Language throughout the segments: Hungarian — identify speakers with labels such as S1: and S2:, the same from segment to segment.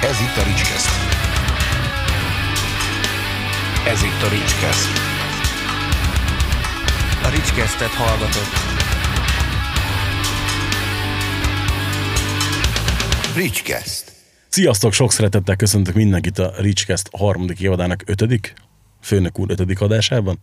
S1: Ez itt a Ricskeszt. Ez itt a Ricskeszt. A Ricskesztet hallgatod. Ricskeszt.
S2: Sziasztok, sok szeretettel köszöntök mindenkit a Ricskeszt harmadik évadának 5. Főnök úr 5. adásában.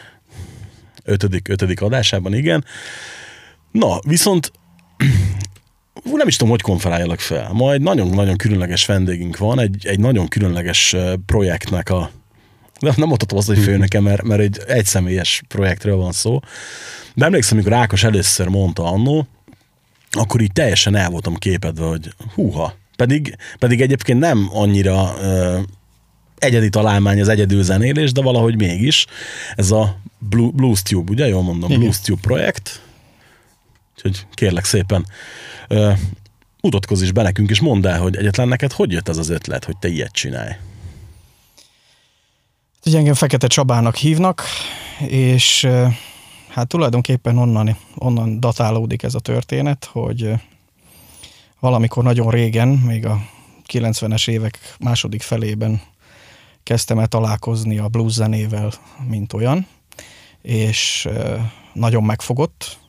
S2: 5. adásában, igen. Na, viszont nem is tudom, hogy konferáljalak fel. Majd nagyon-nagyon különleges vendégünk van, egy nagyon különleges projektnek nem mondhatom azt, hogy főnöke, mert egy egyszemélyes projektről van szó. De emlékszem, amikor Ákos először mondta annó, akkor így teljesen el voltam képedve, hogy húha. Pedig egyébként nem annyira egyedi találmány az egyedül zenélés, de valahogy mégis. Ez a Blues Tube, ugye? Jól mondom, igen. Blues Tube projekt. Úgyhogy kérlek szépen, mutatkozz is be nekünk, és mondd el, hogy egyetlen neked hogy jött ez az ötlet, hogy te ilyet csinálj?
S3: Ugye engem Fekete Csabának hívnak, és hát tulajdonképpen onnan datálódik ez a történet, hogy valamikor nagyon régen, még a 90-es évek második felében kezdtem el találkozni a blues zenével, mint olyan, és nagyon megfogott.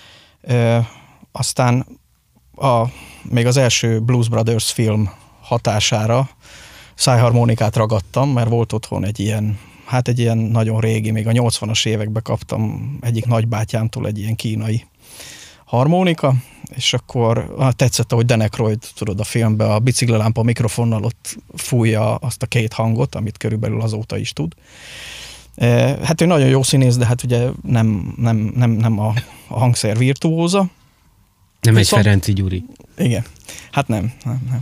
S3: Aztán még az első Blues Brothers film hatására szájharmonikát ragadtam, mert volt otthon egy ilyen nagyon régi, még a 80-as években kaptam egyik nagybátyámtól egy ilyen kínai harmonika, és akkor tetszett, ahogy Dan Aykroyd, tudod, a filmben a biciklilámpa mikrofonnal ott fújja azt a két hangot, amit körülbelül azóta is tud. Hát ő nagyon jó színész, de hát ugye nem a hangszer virtuóza.
S4: Nem egy Ferenci Gyuri.
S3: Igen, hát nem.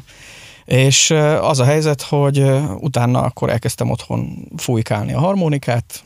S3: És az a helyzet, hogy utána akkor elkezdtem otthon fújkálni a harmonikát,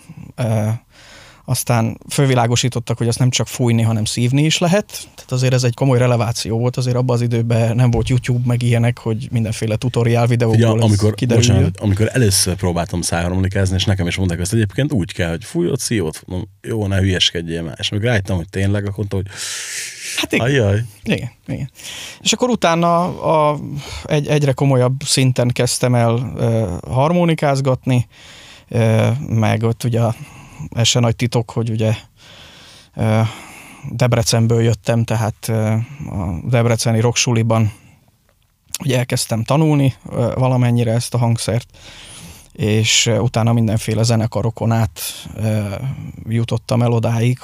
S3: aztán fölvilágosítottak, hogy azt nem csak fújni, hanem szívni is lehet. Tehát azért ez egy komoly releváció volt, azért abban az időben nem volt YouTube meg ilyenek, hogy mindenféle tutoriál videókból kiderüljön.
S2: Amikor először próbáltam szájharmonikázni, és nekem is mondták ezt egyébként, úgy kell, hogy fújod, szívod, mondom, jó, ne hülyeskedjél már. És amikor rájöttem, hogy tényleg, akkor mondta, hogy
S3: hát igen.
S2: Ajjaj.
S3: Igen. És akkor utána egyre komolyabb szinten kezdtem el harmonikázgatni, meg ott ugye ez se nagy titok, hogy ugye Debrecenből jöttem, tehát a debreceni rocksuliban ugye elkezdtem tanulni valamennyire ezt a hangszert, és utána mindenféle zenekarokon át jutottam el odáig,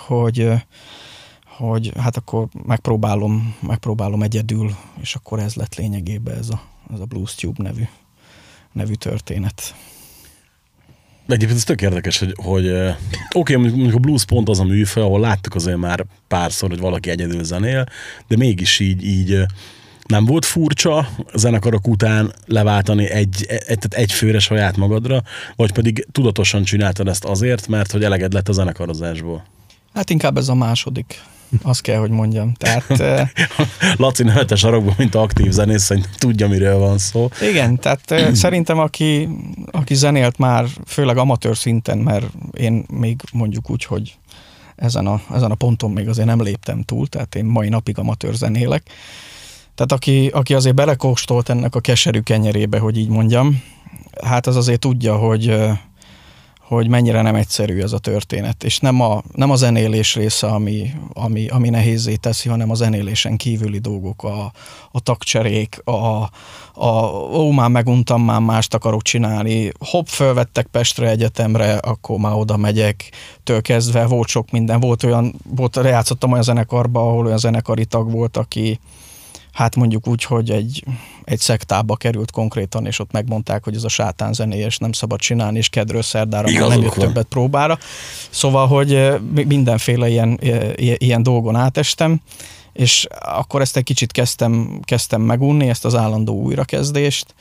S3: hogy hát akkor megpróbálom egyedül, és akkor ez lett lényegében ez a Blues Tube nevű történet.
S2: Egyébként ez tök érdekes, hogy oké, mondjuk a blues pont az a műfaj, ahol láttuk azért már párszor, hogy valaki egyedül zenél, de mégis így nem volt furcsa a zenekarok után leváltani egy főre saját magadra, vagy pedig tudatosan csináltad ezt azért, mert hogy eleged lett a zenekarozásból?
S3: Hát inkább ez a második. Azt kell, hogy mondjam. Tehát,
S2: Laci nevet a sarokban, mint aktív zenész, szerintem tudja, miről van szó.
S3: Igen, tehát szerintem aki zenélt már, főleg amatőr szinten, mert én még mondjuk úgy, hogy ezen a ponton még azért nem léptem túl, tehát én mai napig amatőr zenélek. Tehát aki azért belekóstolt ennek a keserű kenyerébe, hogy így mondjam, hát az azért tudja, hogy mennyire nem egyszerű ez a történet, és nem a zenélés része, ami nehézzé teszi, hanem a zenélésen kívüli dolgok, a tagcserék, már meguntam, már mást akarok csinálni, fölvettek Pestre egyetemre, akkor már oda megyek, től kezdve volt sok minden, játszottam olyan zenekarba, ahol olyan zenekari tag volt, aki hát mondjuk úgy, hogy egy szektába került konkrétan, és ott megmondták, hogy ez a sátán zenéje, és nem szabad csinálni, és kedről szerdára már nem jött többet próbára. Szóval, hogy mindenféle ilyen dolgon átestem, és akkor ezt egy kicsit kezdtem megunni, ezt az állandó újrakezdést,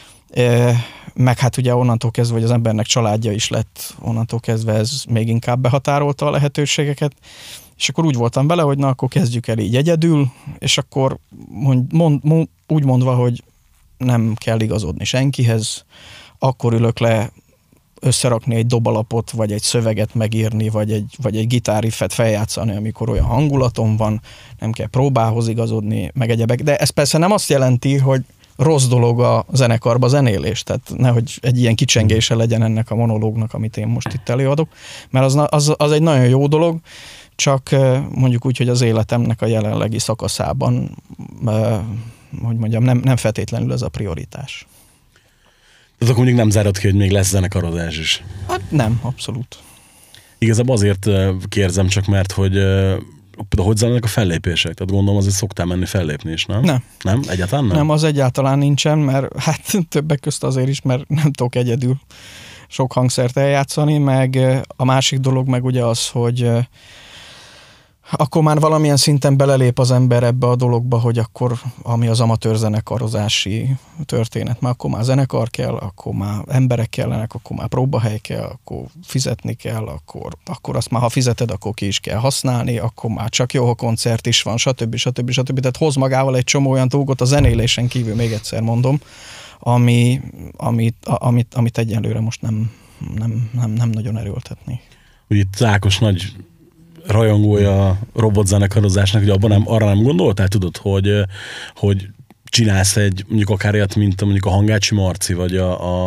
S3: meg hát ugye onnantól kezdve, hogy az embernek családja is lett, onnantól kezdve ez még inkább behatárolta a lehetőségeket, és akkor úgy voltam vele, hogy na, akkor kezdjük el így egyedül, és akkor úgy mondva, hogy nem kell igazodni senkihez, akkor ülök le összerakni egy dobalapot, vagy egy szöveget megírni, vagy egy gitárriffet feljátszani, amikor olyan hangulatom van, nem kell próbához igazodni, meg egyebek. De ez persze nem azt jelenti, hogy rossz dolog a zenekarba zenélés, tehát nehogy egy ilyen kicsengése legyen ennek a monológnak, amit én most itt előadok, mert az egy nagyon jó dolog, csak mondjuk úgy, hogy az életemnek a jelenlegi szakaszában, hogy mondjam, nem feltétlenül ez a prioritás.
S2: Tehát akkor mondjuk nem zárod ki, hogy még lesz zenekarozás is?
S3: Hát nem, abszolút.
S2: Igazából azért kérdezem csak, mert hogy hogy zajlanak a fellépések? Tehát gondolom azért szoktál menni fellépni is, nem?
S3: Nem.
S2: Nem? Egyáltalán nem?
S3: Nem, az egyáltalán nincsen, mert hát többek közt azért is, mert nem tudok egyedül sok hangszert eljátszani, meg a másik dolog meg ugye az, hogy akkor már valamilyen szinten belelép az ember ebbe a dologba, hogy akkor, ami az amatőr zenekarozási történet, már akkor már zenekar kell, akkor már emberek kellenek, akkor már próbahely kell, akkor fizetni kell, akkor azt már, ha fizeted, akkor ki is kell használni, akkor már csak jó, ha koncert is van, stb. Tehát hoz magával egy csomó olyan dolgot a zenélésen kívül, még egyszer mondom, amit egyenlőre most nem nagyon erőltetni.
S2: Úgy itt Ákos nagy rajongója a robotzenekarozásnak, hogy arra nem gondoltál, tudod, hogy csinálsz mondjuk akár ilyet, mint mondjuk a Hangácsi Marci, vagy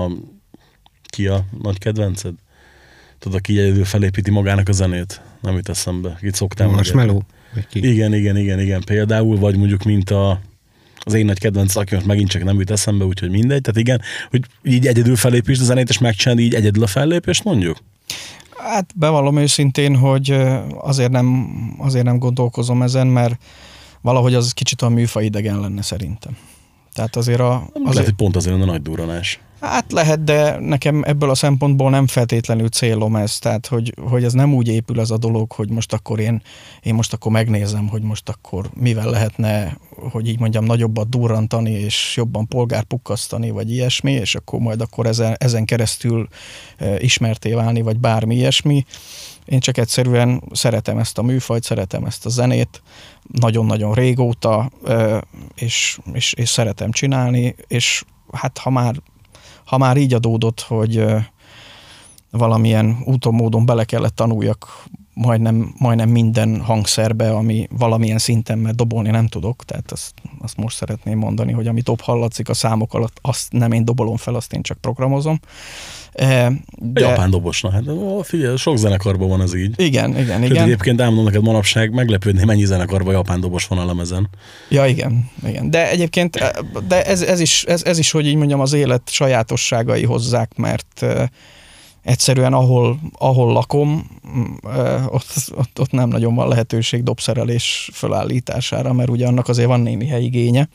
S2: ki a nagy kedvenced? Tudod, aki egyedül felépíti magának a zenét? Nem jut eszembe. Itt szoktál
S4: Marshmello?
S2: Igen, például, vagy mondjuk mint az én nagy kedvenc, aki most megint csak nem jut eszembe, úgyhogy mindegy. Tehát igen, hogy így egyedül felépítsd a zenét, és megcsinálni így egyedül a fellépést, mondjuk?
S3: Hát bevallom őszintén, hogy azért nem gondolkozom ezen, mert valahogy az kicsit a műfaj idegen lenne szerintem. Tehát azért
S2: lehet, hogy pont azért a nagy durranás.
S3: Hát lehet, de nekem ebből a szempontból nem feltétlenül célom ez, tehát hogy ez nem úgy épül ez a dolog, hogy most akkor én most akkor megnézem, hogy most akkor mivel lehetne, hogy így mondjam, nagyobbat durrantani, és jobban polgárpukkasztani, vagy ilyesmi, és akkor majd akkor ezen keresztül ismerté válni, vagy bármi ilyesmi. Én csak egyszerűen szeretem ezt a műfajt, szeretem ezt a zenét, nagyon-nagyon régóta, és szeretem csinálni, és hát ha már így adódott, hogy valamilyen úton, módon bele kellett tanuljak majdnem minden hangszerbe, ami valamilyen szinten, mert dobolni nem tudok, tehát azt most szeretném mondani, hogy ami dob hallatszik a számok alatt, azt nem én dobolom fel, azt én csak programozom.
S2: De... Japán dobosna, hát figyelj, sok zenekarban van ez így.
S3: Igen.
S2: Egyébként elmondom neked manapság, meglepődni, mennyi zenekarban japán dobos van a lemezen.
S3: Ja, igen. De egyébként ez is, hogy így mondjam, az élet sajátosságai hozzák, mert egyszerűen ahol lakom, ott nem nagyon van lehetőség dobszerelés fölállítására, mert ugye annak azért van némi helyigénye.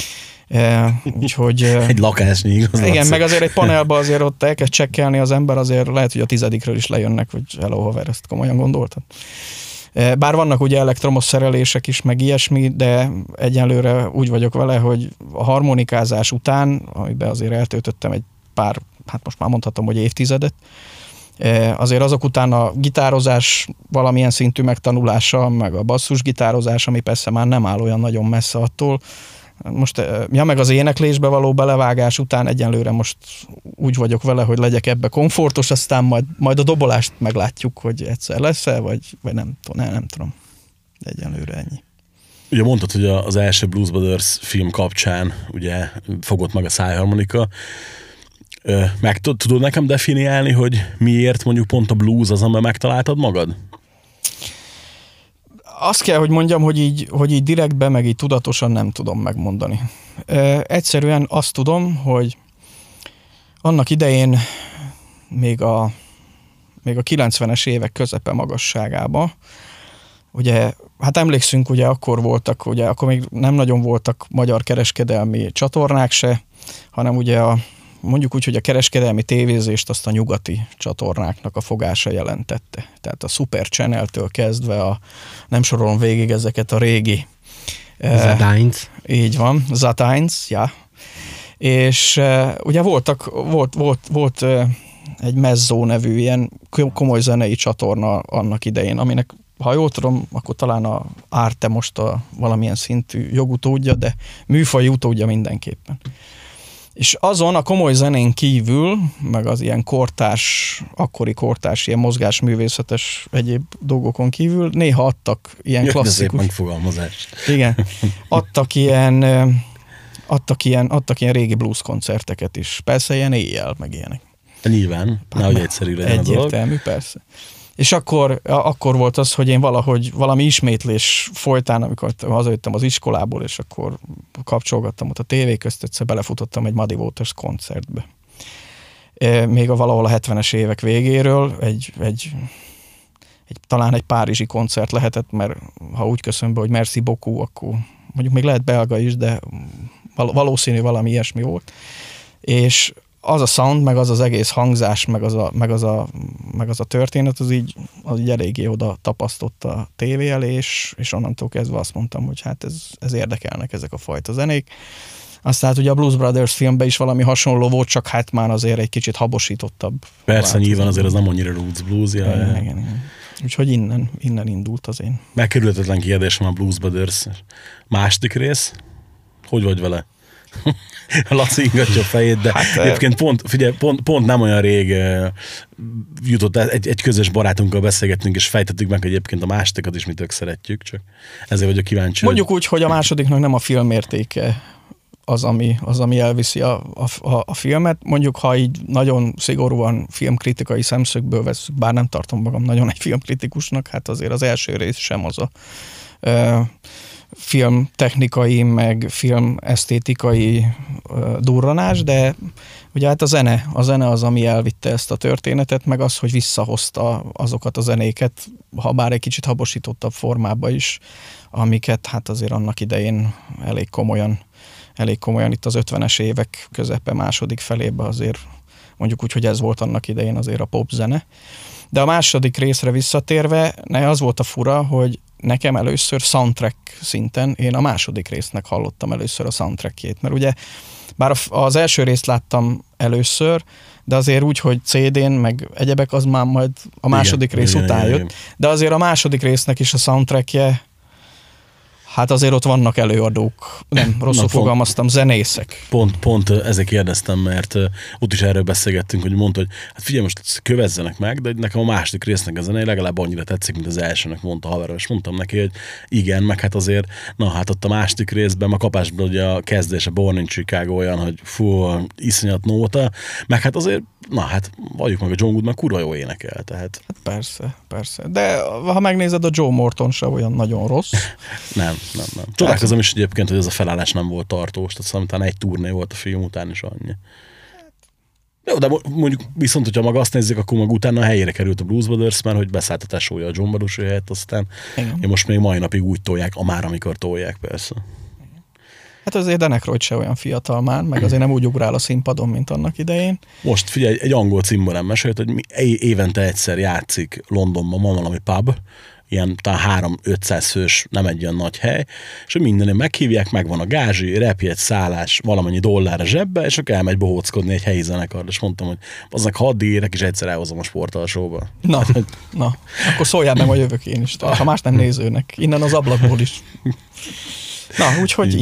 S3: Úgyhogy...
S2: Egy lakásnyi, igaz?
S3: Igen, meg azért egy panelba azért ott elkezd csekkelni az ember, azért lehet, hogy a 10-ről is lejönnek, hogy hello haver, ezt komolyan gondoltad. Bár vannak ugye elektromos szerelések is, meg ilyesmi, de egyenlőre úgy vagyok vele, hogy a harmonikázás után, amiben azért eltöltöttem egy pár, hát most már mondhatom, hogy évtizedet, azért azok után a gitározás valamilyen szintű megtanulása, meg a basszusgitározás, ami persze már nem áll olyan nagyon messze attól, most, meg az éneklésbe való belevágás után egyenlőre most úgy vagyok vele, hogy legyek ebbe komfortos, aztán majd a dobolást meglátjuk, hogy egyszer lesz-e, vagy nem tudom. Egyenlőre ennyi.
S2: Ugye mondtad, hogy az első Blues Brothers film kapcsán ugye fogott meg a szájharmonika. Meg tudod nekem definiálni, hogy miért mondjuk pont a blues az, amiben megtaláltad magad?
S3: Azt kell, hogy mondjam, hogy így direktbe, meg így tudatosan nem tudom megmondani. Egyszerűen azt tudom, hogy annak idején még a 90-es évek közepe magasságába, ugye, hát emlékszünk, ugye akkor voltak, ugye akkor még nem nagyon voltak magyar kereskedelmi csatornák se, hanem ugye mondjuk úgy, hogy a kereskedelmi tévézést azt a nyugati csatornáknak a fogása jelentette. Tehát a Super Channel-től kezdve nem sorolom végig ezeket a régi...
S4: Zat1.
S3: Így van, Zat1, ja. És ugye volt egy Mezzo nevű ilyen komoly zenei csatorna annak idején, aminek, ha jól tudom, akkor talán a Arte most a valamilyen szintű jogutódja, de műfaj utódja mindenképpen. És azon a komoly zenén kívül, meg az ilyen akkori kortárs, ilyen mozgásművészetes egyéb dolgokon kívül néha adtak ilyen klasszikus...
S2: Szép megfogalmazás.
S3: Igen. Adtak ilyen adtak ilyen régi blues koncerteket is. Persze ilyen éjjel, meg ilyenek.
S2: Nyilván, nehogy egyszerű legyen a dolog.
S3: Egyértelmű, persze. És akkor volt az, hogy én valami ismétlés folytán, amikor hazajöttem az iskolából, és akkor kapcsolgattam ott a tévé közt, egyszer belefutottam egy Muddy Waters koncertbe. Még valahol a 70-es évek végéről, talán egy párizsi koncert lehetett, mert ha úgy köszön be, hogy merci beaucoup, akkor mondjuk még lehet belga is, de valószínű valami ilyesmi volt. És az a sound, meg az egész hangzás, meg az a történet, az így eléggé oda tapasztott a tévé elé, és onnantól kezdve azt mondtam, hogy hát ez érdekelnek ezek a fajta zenék. Aztán hát ugye a Blues Brothers filmben is valami hasonló volt, csak hát már azért egy kicsit habosítottabb.
S2: Persze, nyilván azért az nem annyira roots blues.
S3: Igen. Úgyhogy innen indult az én.
S2: Megkerülhetetlen kérdésem a Blues Brothers második rész. Hogy vagy vele? Laci ingatja a fejét, de hát, egyébként pont nem olyan rég jutott, egy közös barátunkkal beszélgettünk, és fejtettük meg, hogy egyébként a másodikat is mi tök szeretjük, csak ezért vagyok kíváncsi.
S3: Mondjuk úgy, hogy a másodiknak nem a filmértéke az, ami elviszi a filmet. Mondjuk, ha így nagyon szigorúan filmkritikai szemszögből veszük, bár nem tartom magam nagyon egy filmkritikusnak, hát azért az első rész sem az a filmtechnikai, meg filmesztétikai durranás, de ugye hát a zene az, ami elvitte ezt a történetet, meg az, hogy visszahozta azokat a zenéket, ha bár egy kicsit habosítottabb formába is, amiket hát azért annak idején elég komolyan itt az 50-es évek közepe második felébe azért mondjuk úgy, hogy ez volt annak idején azért a popzene. De a második részre visszatérve, az volt a fura, hogy nekem először soundtrack szinten, én a második résznek hallottam először a soundtrackjét, mert ugye bár az első részt láttam először, de azért úgy, hogy CD-n, meg egyebek, az már majd a második rész után jött, de azért a második résznek is a soundtrackje, hát azért ott vannak előadók, nem, rosszul fogalmaztam, zenészek.
S2: Pont ezért kérdeztem, mert ott is erről beszélgettünk, hogy mondta, hogy hát figyelj, most kövezzenek meg, de nekem a második résznek a zené legalább annyira tetszik, mint az elsőnek, mondta haverom, és mondtam neki, hogy igen, meg hát azért, hát ott a második részben, a kapásban ugye a kezdés, a Born in Chicago olyan, hogy iszonyat nóta, meg hát azért, valljuk meg, a John Goodman kurva jó énekel, tehát.
S3: Hát persze. De ha megnézed, a Joe Morton se olyan nagyon rossz.
S2: Nem. Csodálkozom is egyébként, hogy ez a felállás nem volt tartós, tehát szerintem egy turné volt a film után is annyi. Jó, de mondjuk viszont, hogyha maga azt nézzük, akkor meg utána a helyére került a Blues Brothers, mert hogy beszállt a tesója a John Belushi helyett, aztán most még mai napig úgy tolják, amikor tolják, persze.
S3: Hát azért Dan Aykroyd se olyan fiatal már, meg azért nem úgy ugrál a színpadon, mint annak idején.
S2: Most figyelj, egy angol cimborám mesélt, hogy évente egyszer játszik Londonban, van valami pub, ilyen talán 300-500 fős, nem egy olyan nagy hely, és mindenén meghívják, megvan a gázsi, repjegy, szállás, valamennyi dollár a zsebbe, és akkor elmegy bohóckodni egy helyi zenekar, és mondtam, hogy aznak ha addig érek, és egyszer elhozom a sportalsóba.
S3: Na, akkor szóljál meg, majd jövök én is, ha más nem nézőnek, innen az ablakból is. Na, úgyhogy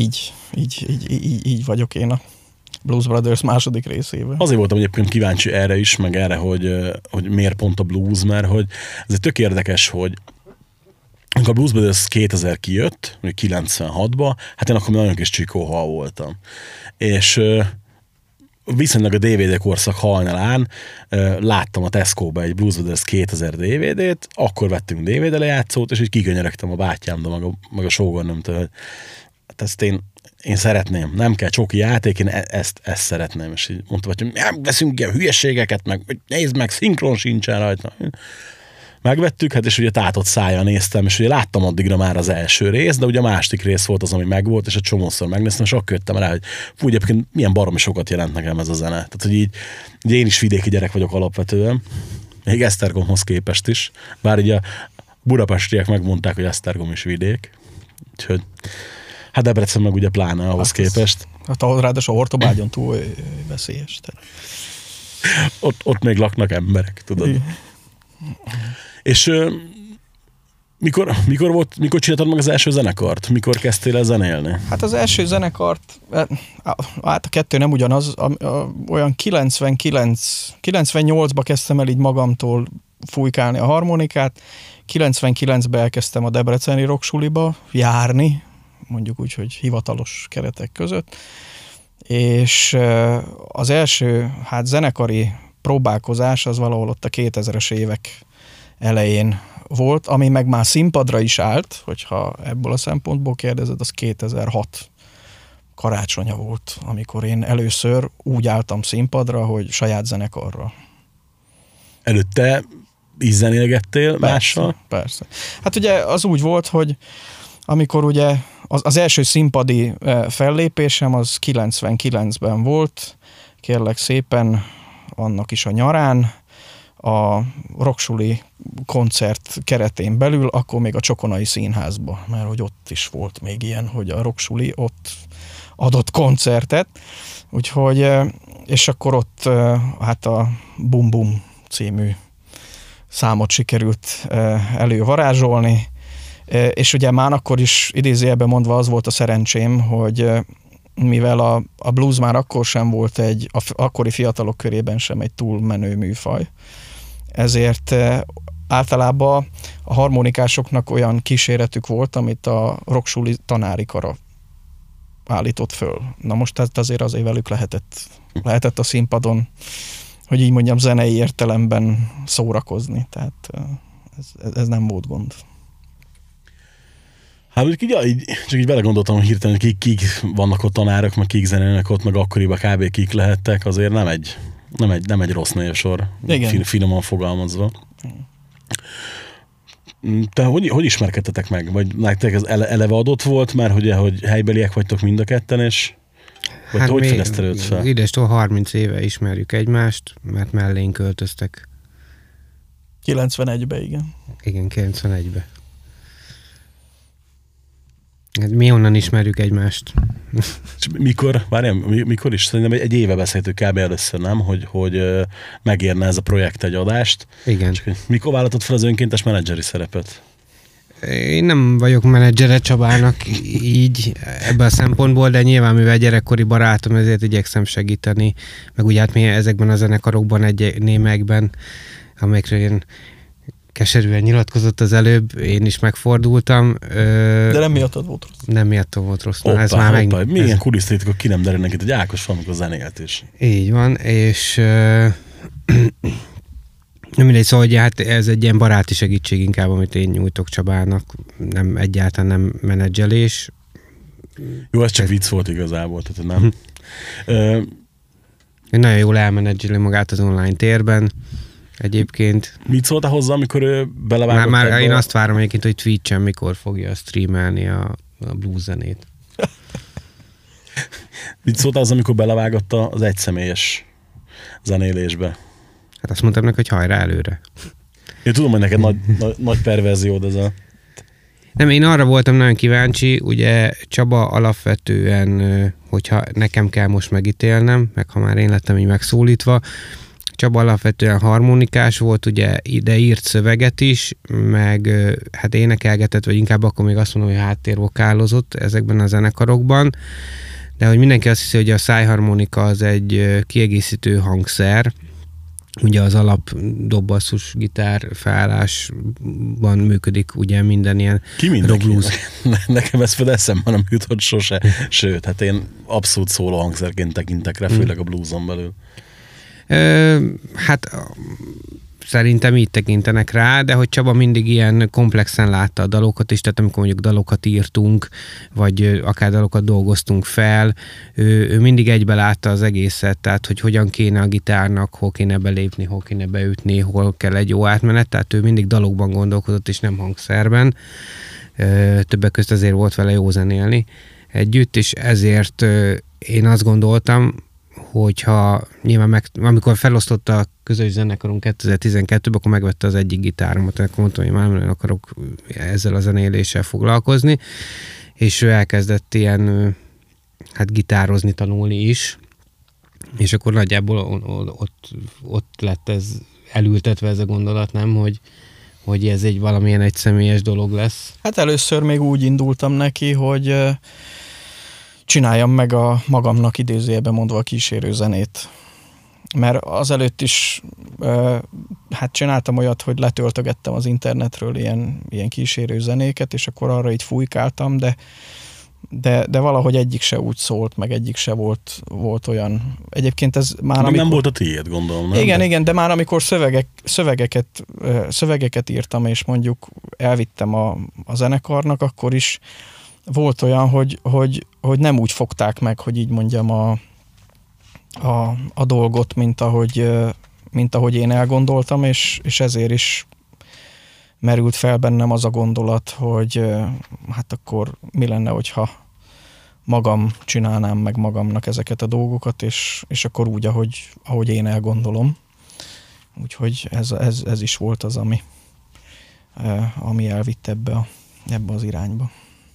S3: így vagyok én a Blues Brothers második részében.
S2: Azért voltam egyébként kíváncsi erre is, meg erre, hogy miért pont a blues, mert hogy ez egy tök érdekes, hogy amikor a Blues Brothers 2000 kijött, 96-ba, hát én akkor nagyon kis csikóhal voltam. És viszonylag a DVD korszak hajnalán láttam a Tesco-ba egy Blues Brothers 2000 DVD-t, akkor vettünk DVD lejátszót, és így kikönyörögtem a bátyámtól, meg a sógornőmtől, hogy hát ezt én szeretném, nem kell csoki játék, én ezt szeretném. És így mondta, hogy nem veszünk ilyen hülyeségeket, meg nézd meg, szinkron sincsen rajta. Megvettük, hát és ugye tátott szájjal néztem, és ugye láttam addigra már az első rész, de ugye a második rész volt az, ami megvolt, és egy csomószor megnéztem, és akkor jöttem rá, hogy egyébként milyen baromi sokat jelent nekem ez a zene. Tehát, hogy így ugye én is vidéki gyerek vagyok alapvetően, még Esztergomhoz képest is, bár ugye a budapestiek megmondták, hogy Esztergom is vidék, úgyhogy hát Debrecen meg ugye pláne ahhoz képest.
S3: Hát ráadásul a Hortobágyon túl veszélyes.
S2: Ott még laknak emberek, tudod. És mikor csináltad meg az első zenekart? Mikor kezdtél el zenélni?
S3: Hát az első zenekart, hát a kettő nem ugyanaz, olyan 98-ba kezdtem el így magamtól fújkálni a harmonikát, 99-ben elkezdtem a debreceni rocksuliba járni, mondjuk úgy, hogy hivatalos keretek között. És az első zenekari próbálkozás az valahol ott a 2000-es évek elején volt, ami meg már színpadra is állt, hogyha ebből a szempontból kérdezed, az 2006 karácsonya volt, amikor én először úgy álltam színpadra, hogy saját zenekarra.
S2: Előtte is zenélgettél mással?
S3: Persze. Hát ugye az úgy volt, hogy amikor ugye az első színpadi fellépésem az 99-ben volt, kérlek szépen, annak is a nyarán, a Rocksuli koncert keretén belül, akkor még a Csokonai Színházba, mert hogy ott is volt még ilyen, hogy a Rocksuli ott adott koncertet, úgyhogy, és akkor ott hát a Bum Bum című számot sikerült elővarázsolni, és ugye már akkor is idézőjelben mondva az volt a szerencsém, hogy mivel a blues már akkor sem volt akkori fiatalok körében sem egy túl menő műfaj, ezért általában a harmonikásoknak olyan kíséretük volt, amit a Rocksuli tanári kara állított föl. Na most azért velük lehetett a színpadon, hogy így mondjam, zenei értelemben szórakozni, tehát ez nem volt gond.
S2: Hát így, csak így belegondoltam, hogy hirtelen, hogy kik vannak ott tanárok, meg kik zenélnek ott, meg akkoriban kb. Kik lehettek, azért nem egy rossz névsor, finoman fogalmazva. Te hogy ismerkedtetek meg? Vagy nektek ez eleve adott volt már, hogy helybeliek vagytok mind a ketten, és vagy hát hogy fedezted őt fel?
S4: Idestől 30 éve ismerjük egymást, mert mellénk költöztek.
S3: 91-ben, igen.
S4: Igen, 91-ben. Hát mi onnan ismerjük egymást.
S2: Mikor is? Szerintem egy éve beszéltük kb. Először, nem? Hogy megérne ez a projekt egy adást.
S4: Igen.
S2: Csak mikor vállalatott fel az önkéntes menedzseri szerepet?
S4: Én nem vagyok menedzsere Csabának így ebben a szempontból, de nyilván mivel gyerekkori barátom, ezért igyekszem segíteni. Meg ugye hát mi ezekben a zenekarokban, némekben, amelyekről én keserűen nyilatkozott az előbb, én is megfordultam.
S3: De nem miattad volt rossz.
S4: Nem miattam volt rossz.
S2: Milyen kulisztétikok ki nem derülnek itt, hogy Ákos van, amikor zenélt is.
S4: Így van, és nem mindegy, szóval hogy hát ez egy ilyen baráti segítség inkább, amit én nyújtok Csabának, nem egyáltalán nem menedzselés.
S2: Jó, ez csak vicc volt igazából, tehát nem.
S4: Nagyon jól elmenedzseli magát az online térben. Egyébként.
S2: Mit szóltál hozzá, amikor ő belevágott?
S4: Már én azt várom egyébként, hogy Twitch-en mikor fogja streamelni a blues zenét.
S2: Mit szóltál hozzá, amikor belevágott az egyszemélyes zenélésbe?
S4: Hát azt mondtam neki, hogy hajrá előre.
S2: Én tudom, hogy neked nagy perverziód ez a...
S4: Nem, én arra voltam nagyon kíváncsi, ugye Csaba alapvetően, hogyha nekem kell most megítélnem, meg ha már én lettem így megszólítva, Csaba alapvetően harmonikás volt, ugye ide írt szöveget is, meg hát énekelgetett, vagy inkább akkor még azt mondom, hogy háttérvokálozott ezekben a zenekarokban, de hogy mindenki azt hiszi, hogy a szájharmonika az egy kiegészítő hangszer, ugye az alap dobbasszus gitár felállásban működik ugye minden ilyen rock blues.
S2: Nekem ez például eszembe nem jutott sose, sőt, hát én abszolút szóló hangszerként tekintek rá, főleg a blueson belül.
S4: Hát szerintem így tekintenek rá, de hogy Csaba mindig ilyen komplexen látta a dalokat is, tehát amikor mondjuk dalokat írtunk, vagy akár dalokat dolgoztunk fel, ő mindig egybe látta az egészet, tehát hogy hogyan kéne a gitárnak, hol kéne belépni, hol kéne beütni, hol kell egy jó átmenet, tehát ő mindig dalokban gondolkodott, és nem hangszerben. Többek között azért volt vele jó zenélni együtt, és ezért én azt gondoltam, hogyha nyilván amikor felosztotta a közös zenekarunk 2012-ben, akkor megvette az egyik gitáromat, akkor mondtam, hogy már nem akarok ezzel a zenéléssel foglalkozni, és ő elkezdett ilyen hát gitározni, tanulni is, és akkor nagyjából ott lett ez elültetve ez a gondolat, nem, hogy ez egy valamilyen egyszemélyes dolog lesz.
S3: Hát először még úgy indultam neki, hogy csináljam meg a magamnak idézőjelben mondva a kísérő zenét. Mert azelőtt is hát csináltam olyat, hogy letöltögettem az internetről ilyen kísérő zenéket, és akkor arra így fújkáltam, de de valahogy egyik se úgy szólt, meg egyik se volt olyan. Egyébként ez már amikor...
S2: Nem volt a tiéd, gondolom, nem?
S3: Igen, de már amikor szövegeket írtam, és mondjuk elvittem a zenekarnak, akkor is volt olyan, hogy nem úgy fogták meg, hogy így mondjam a dolgot, mint ahogy én elgondoltam, és ezért is merült fel bennem az a gondolat, hogy hát akkor mi lenne, hogyha magam csinálnám meg magamnak ezeket a dolgokat, és akkor úgy, ahogy én elgondolom. Úgyhogy ez is volt az, ami elvitt ebbe az irányba.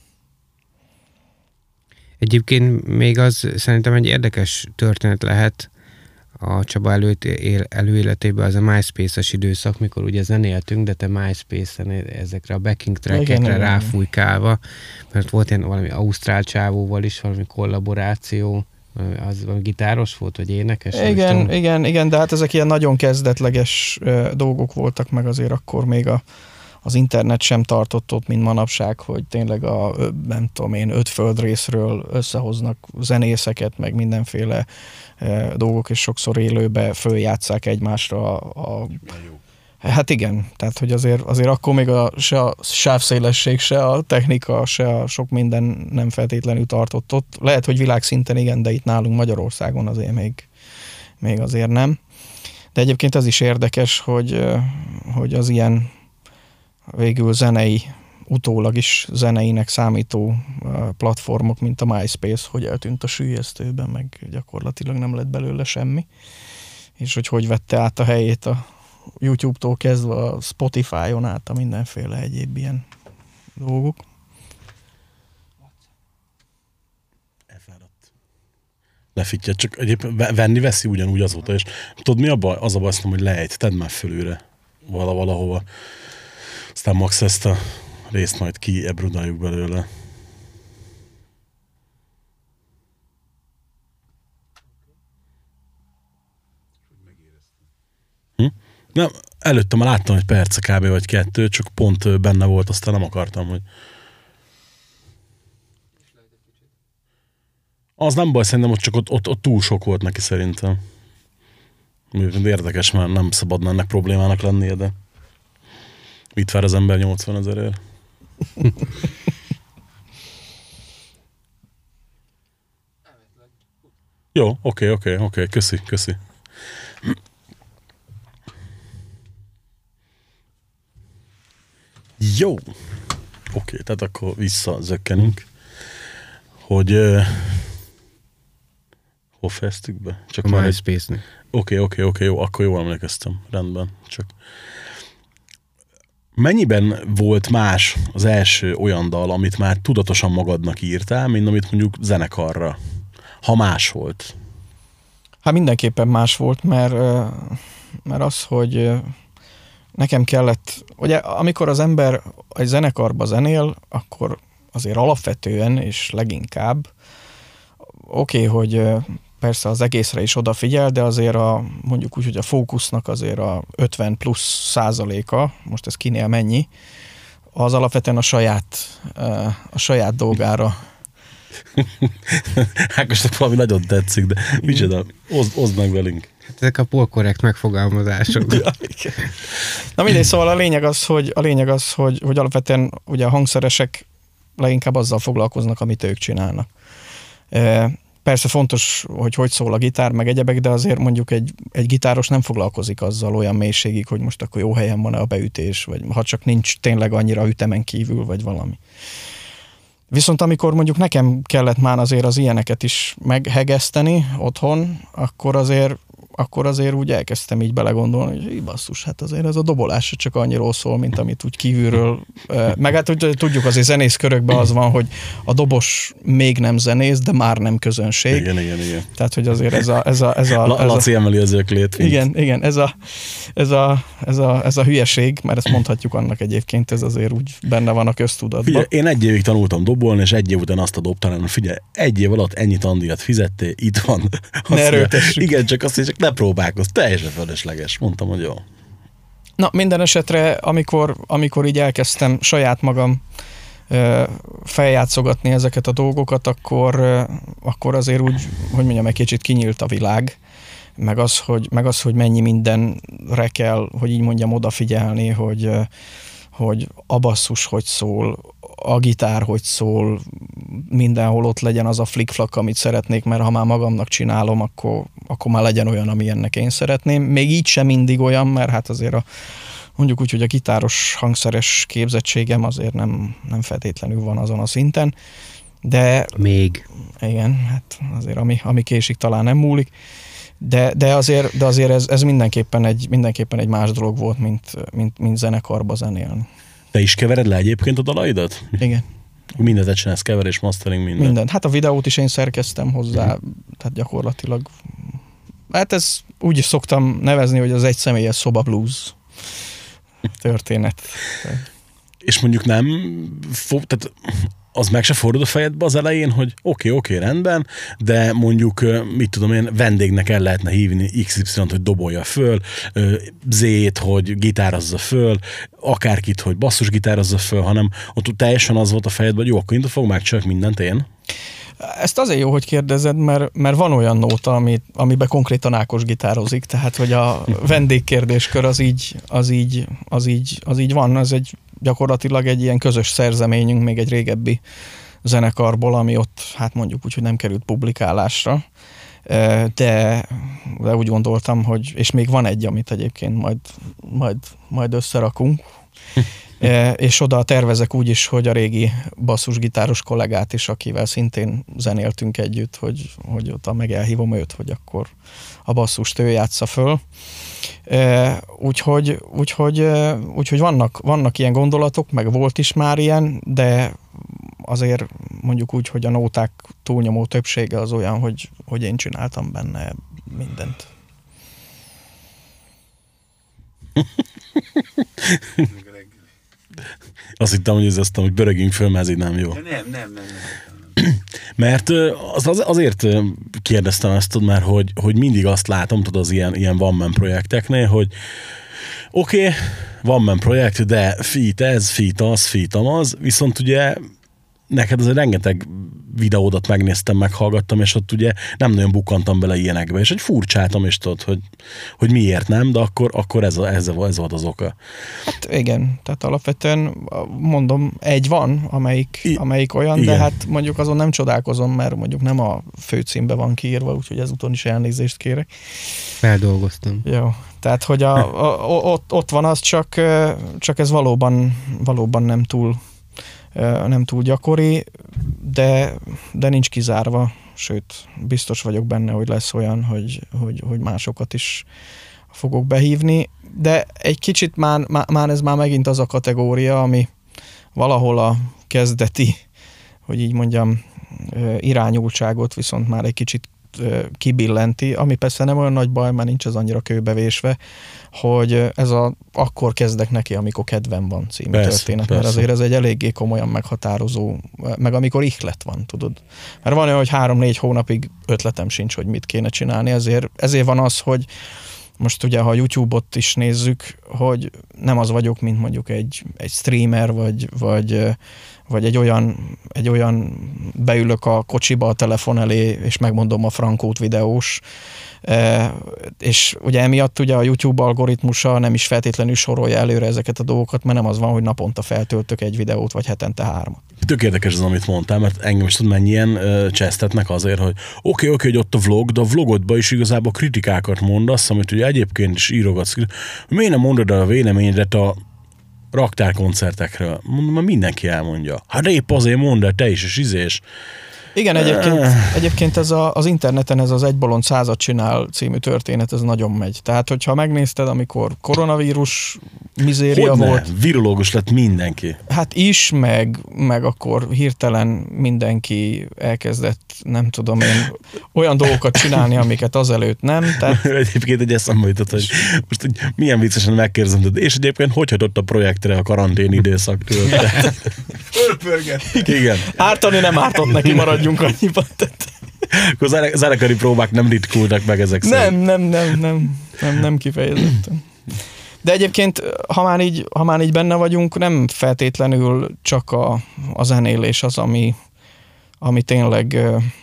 S4: Egyébként még az szerintem egy érdekes történet lehet a Csaba előéletében, az a MySpace-es időszak, mikor ugye zenéltünk, de te MySpace-en ezekre a backing trackekre ráfújkálva, mert volt ilyen valami ausztrál csávóval is valami kollaboráció, az valami gitáros volt, vagy énekes?
S3: Igen, de hát ezek ilyen nagyon kezdetleges dolgok voltak, meg azért akkor még az internet sem tartott ott, mint manapság, hogy tényleg nem tudom én, 5 földrészről összehoznak zenészeket, meg mindenféle dolgok, és sokszor élőbe följátsszák egymásra Hát igen, tehát hogy azért akkor még se a sávszélesség, se a technika, se a sok minden nem feltétlenül tartott ott. Lehet, hogy világszinten igen, de itt nálunk Magyarországon azért még azért nem. De egyébként ez is érdekes, hogy az ilyen végül utólag is zeneinek számító platformok, mint a MySpace, hogy eltűnt a süllyesztőben, meg gyakorlatilag nem lett belőle semmi. És hogy vette át a helyét a YouTube-tól kezdve a Spotify-on át a mindenféle egyéb ilyen dolgok.
S2: Elfáradt. Lefittyed, csak egyébként veszi ugyanúgy azóta, és tudod mi a baj? Az a baj, hogy lejt, tedd már fölőre valahova. Aztán max ezt a részt majd kiebrudáljuk belőle. Nem, előtte már láttam egy perce kb. Vagy 2, csak pont benne volt, aztán nem akartam, hogy... Az nem baj, szerintem csak ott túl sok volt neki szerintem. Érdekes, mert nem szabadna ennek problémának lennie, de... Mit vár az ember 80 000-ért? Jó, oké, köszi. Jó. Oké, tehát akkor visszazökkenünk, hogy hol fejeztük be?
S4: Csak a MySpace-nek.
S2: Oké, jó, akkor jól emlékeztem. Rendben, csak... Mennyiben volt más az első olyan dal, amit már tudatosan magadnak írtál, mint amit mondjuk zenekarra? Ha más volt.
S3: Hát mindenképpen más volt, mert az, hogy nekem kellett, ugye amikor az ember egy zenekarba zenél, akkor azért alapvetően és leginkább oké, hogy persze az egészre is odafigyel, de azért mondjuk úgy, hogy a fókusznak azért a 50+%, most ez kinél mennyi, az alapvetően a saját dolgára.
S2: Ákosnak valami nagyon tetszik, de micsoda, oszd meg velünk.
S4: Hát ezek a polkorrekt megfogalmazások.
S3: Ja, na mindegy, szóval a lényeg az, hogy alapvetően ugye a hangszeresek leginkább azzal foglalkoznak, amit ők csinálnak. Persze fontos, hogy szól a gitár, meg egyebek, de azért mondjuk egy gitáros nem foglalkozik azzal olyan mélységig, hogy most akkor jó helyen van-e a beütés, vagy ha csak nincs tényleg annyira ütemen kívül, vagy valami. Viszont amikor mondjuk nekem kellett már azért az ilyeneket is meghegeszteni otthon, akkor azért úgy elkezdtem így belegondolni, hogy basszus, hát azért ez a dobolás csak annyiról szól, mint amit úgy kívülről. Meg hát tudjuk, azért zenészkörökben az van, hogy a dobos még nem zenész, de már nem közönség.
S2: Igen.
S3: Tehát, hogy azért ez a
S2: Laci emeli az öklét.
S3: Igen, ez a hülyeség, mert ezt mondhatjuk annak egyébként, ez azért úgy benne van a köztudatban.
S2: Figyelj, én 1 évig tanultam dobolni, és 1 év után azt a dobtalán, figyelj, 1 év alatt ennyi tandíjat fizettél, itt van.
S3: Ne erőltessük.
S2: Igen, csak azt, hogy csak ne próbálkozz, teljesen fölösleges. Mondtam, hogy jó.
S3: Na, minden esetre, amikor így elkezdtem saját magam feljátszogatni ezeket a dolgokat, akkor azért úgy, hogy mondjam, egy kicsit kinyílt a világ, meg az, hogy mennyi mindenre kell, hogy így mondjam, odafigyelni, hogy a basszus hogy szól, a gitár hogy szól, mindenhol ott legyen az a flick-flak, amit szeretnék, mert ha már magamnak csinálom, akkor már legyen olyan, amilyennek én szeretném. Még így sem mindig olyan, mert hát azért mondjuk úgy, hogy a gitáros hangszeres képzettségem azért nem feltétlenül van azon a szinten, de... Még. Igen, hát azért ami késik, talán nem múlik. De azért ez mindenképpen egy más dolog volt, mint zenekarba zenélni.
S2: Te is kevered le egyébként a dalaidat?
S3: Igen.
S2: Mindent csinálsz, keverés, mastering, minden.
S3: Mindent. Hát a videót is én szerkeztem hozzá, tehát gyakorlatilag. Hát ez úgy is szoktam nevezni, hogy az egyszemélyes szoba blues történet.
S2: És mondjuk nem, tehát az meg se fordul a fejedbe az elején, hogy oké, rendben, de mondjuk, mit tudom én, vendégnek el lehetne hívni XY-t, hogy dobolja föl, Z-t, hogy gitározza föl, akárkit, hogy basszusgitározza föl, hanem ott teljesen az volt a fejedben, hogy jó, akkor én fogom megcsinálni mindent én.
S3: Ezt azért jó, hogy kérdezed, mert van olyan nóta, amiben konkrétan Ákos gitározik, tehát hogy a vendégkérdéskör az így van, ez gyakorlatilag egy ilyen közös szerzeményünk még egy régebbi zenekarból, ami ott, hát mondjuk úgy, hogy nem került publikálásra, de úgy gondoltam, hogy, és még van egy, amit egyébként majd összerakunk, és oda tervezek úgy is, hogy a régi basszusgitáros kollégát is, akivel szintén zenéltünk együtt, hogy ott meg elhívom őt, hogy akkor a basszust ő játsza föl. Úgyhogy vannak ilyen gondolatok, meg volt is már ilyen, de azért mondjuk úgy, hogy a nóták túlnyomó többsége az olyan, hogy én csináltam benne mindent.
S2: Azt hittem, hogy bőrögjünk föl, mert ez így nem jó.
S1: Nem.
S2: Mert azért kérdeztem ezt, mert hogy mindig azt látom, tudod, az ilyen one-man projekteknél, hogy oké, one-man projekt, de feat ez, feat az, feat amaz, viszont ugye neked azért rengeteg videódat megnéztem, meghallgattam, és ott ugye nem nagyon bukkantam bele ilyenekbe, és egy furcsáltam, és tudod, hogy miért nem, de akkor ez volt az oka.
S3: Hát igen, tehát alapvetően mondom, egy van, amelyik olyan, igen. De hát mondjuk azon nem csodálkozom, mert mondjuk nem a főcímben van kiírva, úgyhogy ezúton is elnézést kérek.
S4: Feldolgoztam. Jó,
S3: tehát hogy ott van az, csak ez valóban nem túl gyakori, de nincs kizárva, sőt, biztos vagyok benne, hogy lesz olyan, hogy másokat is fogok behívni, de egy kicsit már ez már megint az a kategória, ami valahol a kezdeti, hogy így mondjam, irányultságot viszont már egy kicsit kibillenti, ami persze nem olyan nagy baj, mert nincs az annyira kőbevésve, hogy ez akkor kezdek neki, amikor kedvem van című történet, mert azért ez egy eléggé komolyan meghatározó, meg amikor ihlet van, tudod. Mert van olyan, hogy 3-4 hónapig ötletem sincs, hogy mit kéne csinálni, ezért van az, hogy most ugye, ha YouTube-ot is nézzük, hogy nem az vagyok, mint mondjuk egy streamer, vagy egy olyan beülök a kocsiba a telefon elé, és megmondom a frankót videós, és ugye emiatt ugye a YouTube algoritmusa nem is feltétlenül sorolja előre ezeket a dolgokat, mert nem az van, hogy naponta feltöltök egy videót, vagy hetente 3.
S2: Tök érdekes az, amit mondtál, mert engem is tud mennyien csesztetnek azért, hogy oké, hogy ott a vlog, de a vlogodban is igazából kritikákat mondasz, amit ugye egyébként is írogatsz. Miért nem mondod el a véleményedet a raktárkoncertekről? Mondom, mert mindenki elmondja. Hát épp azért mondd el, te is, és izés.
S3: Igen, egyébként ez az interneten ez az Egy bolond 100-at csinál című történet, ez nagyon megy. Tehát, hogyha megnézted, amikor koronavírus mizéria volt.
S2: Virológus lett mindenki.
S3: Hát is, meg akkor hirtelen mindenki elkezdett, nem tudom én, olyan dolgokat csinálni, amiket azelőtt nem. Tehát...
S2: Egyébként egy eszembe jutott, hogy most hogy milyen viccesen megkérdezem, és egyébként hogy hatott a projektre a karantén időszaktól?
S1: Fölpörget.
S2: Igen.
S3: Ártani nem ártott neki, maradjunk annyiban.
S2: Akkor zenekari próbák nem ritkultak meg ezek szerint.
S3: Nem kifejezetten. De egyébként, ha már így benne vagyunk, nem feltétlenül csak a zenélés az, ami tényleg,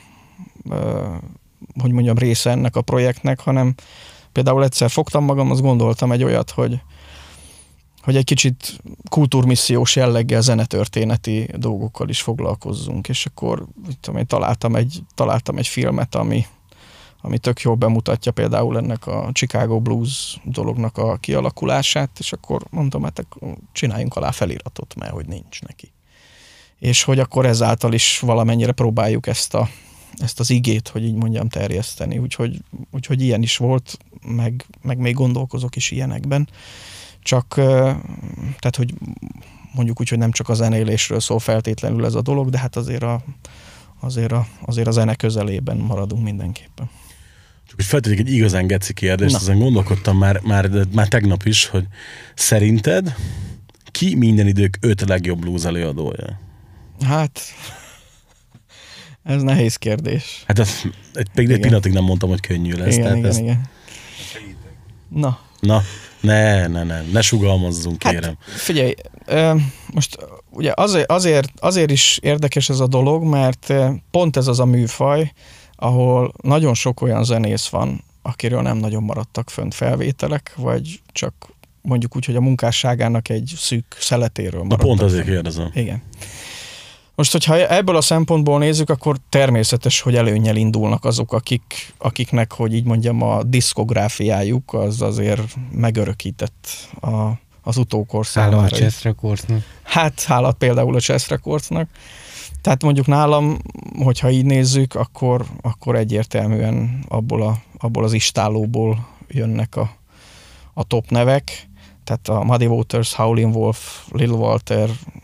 S3: hogy mondjam, része ennek a projektnek, hanem például egyszer fogtam magam, azt gondoltam egy olyat, hogy egy kicsit kultúrmissziós jelleggel zenetörténeti dolgokkal is foglalkozzunk, és akkor én találtam egy filmet, ami tök jól bemutatja például ennek a Chicago Blues dolognak a kialakulását, és akkor mondtam, hát akkor csináljunk alá feliratot, mert hogy nincs neki. És hogy akkor ezáltal is valamennyire próbáljuk ezt az igét, hogy így mondjam, terjeszteni. Úgyhogy ilyen is volt, meg még gondolkozok is ilyenekben. Csak, tehát, hogy mondjuk úgy, hogy nem csak a zenélésről szól feltétlenül ez a dolog, de hát azért a zene közelében maradunk mindenképpen.
S2: Csak hogy feltétlik egy igazán geci kérdést, ezen gondolkodtam már tegnap is, hogy szerinted ki minden idők 5 legjobb blues előadója?
S3: Hát, ez nehéz kérdés.
S2: Hát egy pillanatig nem mondtam, hogy könnyű lesz.
S3: Igen. Na,
S2: ne sugalmazzunk, kérem.
S3: Hát, figyelj, most ugye azért is érdekes ez a dolog, mert pont ez az a műfaj, ahol nagyon sok olyan zenész van, akiről nem nagyon maradtak fönt felvételek, vagy csak mondjuk úgy, hogy a munkásságának egy szűk szeletéről maradtak.
S2: Pont azért kérdezem.
S3: Igen. Most, hogyha ebből a szempontból nézzük, akkor természetes, hogy előnnyel indulnak azok, akiknek, hogy így mondjam, a diszkográfiájuk az azért megörökített az utókor számára.
S4: Hála a Chess Recordsnak.
S3: Hát, hála például a Chess Recordsnak. Tehát mondjuk nálam, hogyha így nézzük, akkor egyértelműen abból az istálóból jönnek a top nevek. Tehát a Muddy Waters, Howlin' Wolf, Little Walter,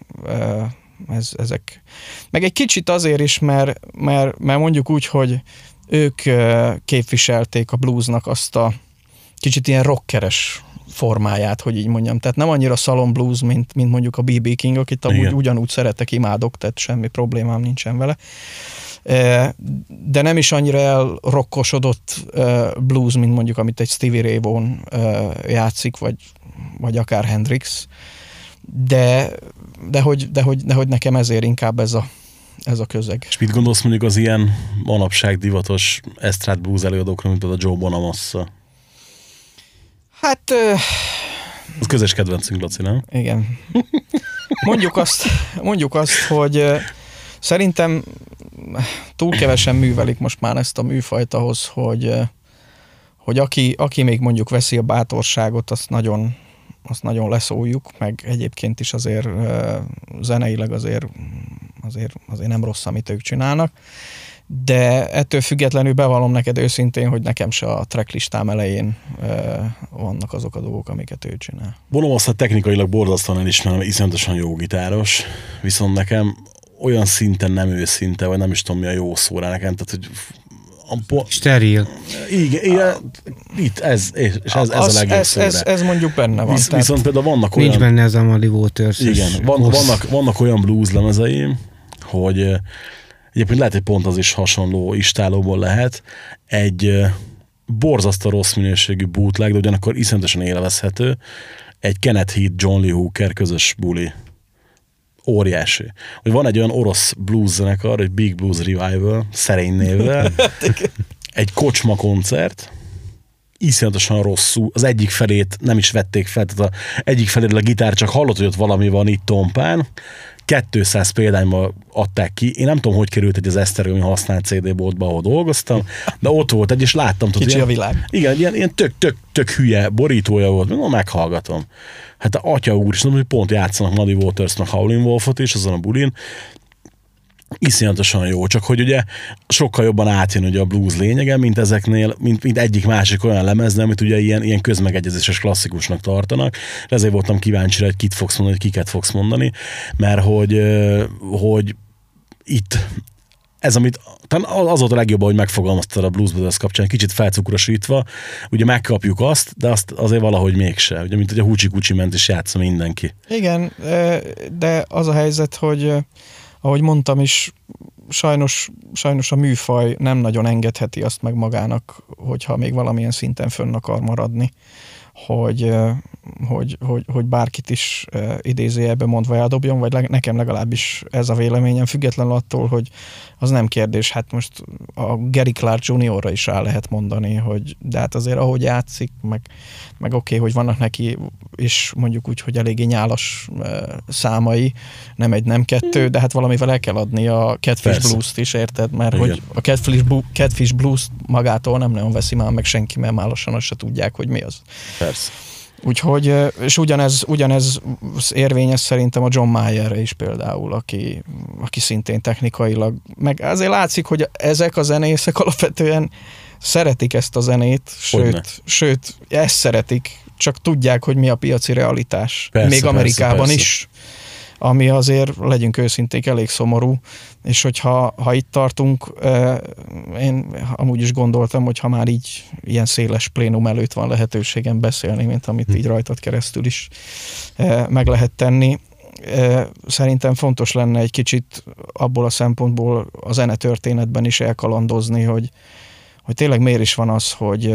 S3: ezek. Meg egy kicsit azért is, mert mondjuk úgy, hogy ők képviselték a bluesnak azt a kicsit ilyen rockeres formáját, hogy így mondjam. Tehát nem annyira salon blues, mint mondjuk a B.B. King, akit amúgy ugyanúgy szeretek, imádok, tehát semmi problémám nincsen vele. De nem is annyira elrokkosodott blues, mint mondjuk amit egy Stevie Ray Vaughan játszik, vagy akár Hendrix. De hogy nekem ezért inkább ez a közeg.
S2: És mit gondolsz mondjuk az ilyen manapság divatos esztrád blues előadókra, mint például Joe Bonamassa?
S3: Hát...
S2: Az közös kedvencünk, Laci, nem?
S3: Igen. Mondjuk azt, hogy szerintem túl kevesen művelik most már ezt a műfajt ahhoz, hogy aki még mondjuk veszi a bátorságot, azt nagyon leszóljuk, meg egyébként is azért zeneileg azért nem rossz, amit ők csinálnak. De ettől függetlenül bevallom neked őszintén, hogy nekem se a tracklistám elején vannak azok a dolgok, amiket ő csinál.
S2: Bonamassa technikailag borzasztóan elismerem, iszonyatosan jó gitáros, viszont nekem olyan szinten nem őszinte, vagy nem is tudom mi a jó szó rá nekem, tehát hogy
S4: steril.
S2: Igen, itt ez a legjobb szó rá.
S3: Ez mondjuk benne van.
S2: Viszont például vannak olyan...
S4: Nincs benne ez a Muddy Waters.
S2: Igen, vannak olyan blues lemezeim, hogy egyébként lehet, hogy pont az is hasonló istálóból lehet. Egy borzasztó rossz minőségű bootleg, de ugyanakkor iszonyatosan élvezhető. Egy Kenneth Heath, John Lee Hooker közös buli. Óriási. Hogy van egy olyan orosz blues zenekar, egy Big Blues Revival, szerény névvel. Egy kocsma koncert, iszonyatosan rosszul. Az egyik felét nem is vették fel, tehát az egyik feléről a gitár csak hallott, hogy ott valami van itt tompán. 200 példányban adták ki. Én nem tudom, hogy került egy az Esztergomi használt CD-boltba, ahol dolgoztam, de ott volt egy, és láttam.
S3: Kicsi a világ.
S2: Igen, ilyen tök hülye borítója volt, meghallgatom. Hát a atya úr is, hogy pont játszanak Muddy Watersnak Howlin' Wolfot is azon a bulin. Iszonyatosan jó, csak hogy ugye sokkal jobban átjön ugye a blues lényege, mint ezeknél, mint egyik másik olyan lemeznél, amit ugye ilyen közmegegyezéses klasszikusnak tartanak. Ezért voltam kíváncsi rá, hogy kit fogsz mondani, hogy kiket fogsz mondani, mert hogy itt ez, amit az volt a legjobb, hogy megfogalmaztad a Blues Brothers kapcsán, kicsit felcukrosítva, ugye megkapjuk azt, de azt azért valahogy mégse. Ugye, mint hogy a Húcsi-Kucsi ment is játsza mindenki.
S3: Igen, de az a helyzet, hogy ahogy mondtam is, sajnos a műfaj nem nagyon engedheti azt meg magának, hogyha még valamilyen szinten fönn akar maradni, hogy bárkit is idézőjelben mondva eldobjon, vagy nekem legalábbis ez a véleményem, függetlenül attól, hogy az nem kérdés. Hát most a Gary Clark Jr.-ra is rá lehet mondani, hogy de hát azért ahogy játszik, meg oké, hogy vannak neki is mondjuk úgy, hogy eléggé nyálas számai, nem egy, nem kettő, de hát valamivel el kell adni a Catfish Blues-t is, érted? Mert igen. Hogy a Catfish Blues magától nem nagyon veszi már meg senki, mert már lassan azt se tudják, hogy mi az.
S2: Persze.
S3: Úgyhogy, és ugyanez érvényes szerintem a John Mayerre is például, aki szintén technikailag, meg azért látszik, hogy ezek a zenészek alapvetően szeretik ezt a zenét, sőt, ezt szeretik, csak tudják, hogy mi a piaci realitás. Persze, még Amerikában persze. is, ami azért, legyünk őszinték, elég szomorú, és hogyha itt tartunk, én amúgy is gondoltam, hogy ha már így ilyen széles plénum előtt van lehetőségem beszélni, mint amit így rajtad keresztül is meg lehet tenni, szerintem fontos lenne egy kicsit abból a szempontból a zenetörténetben is elkalandozni, hogy tényleg miért is van az, hogy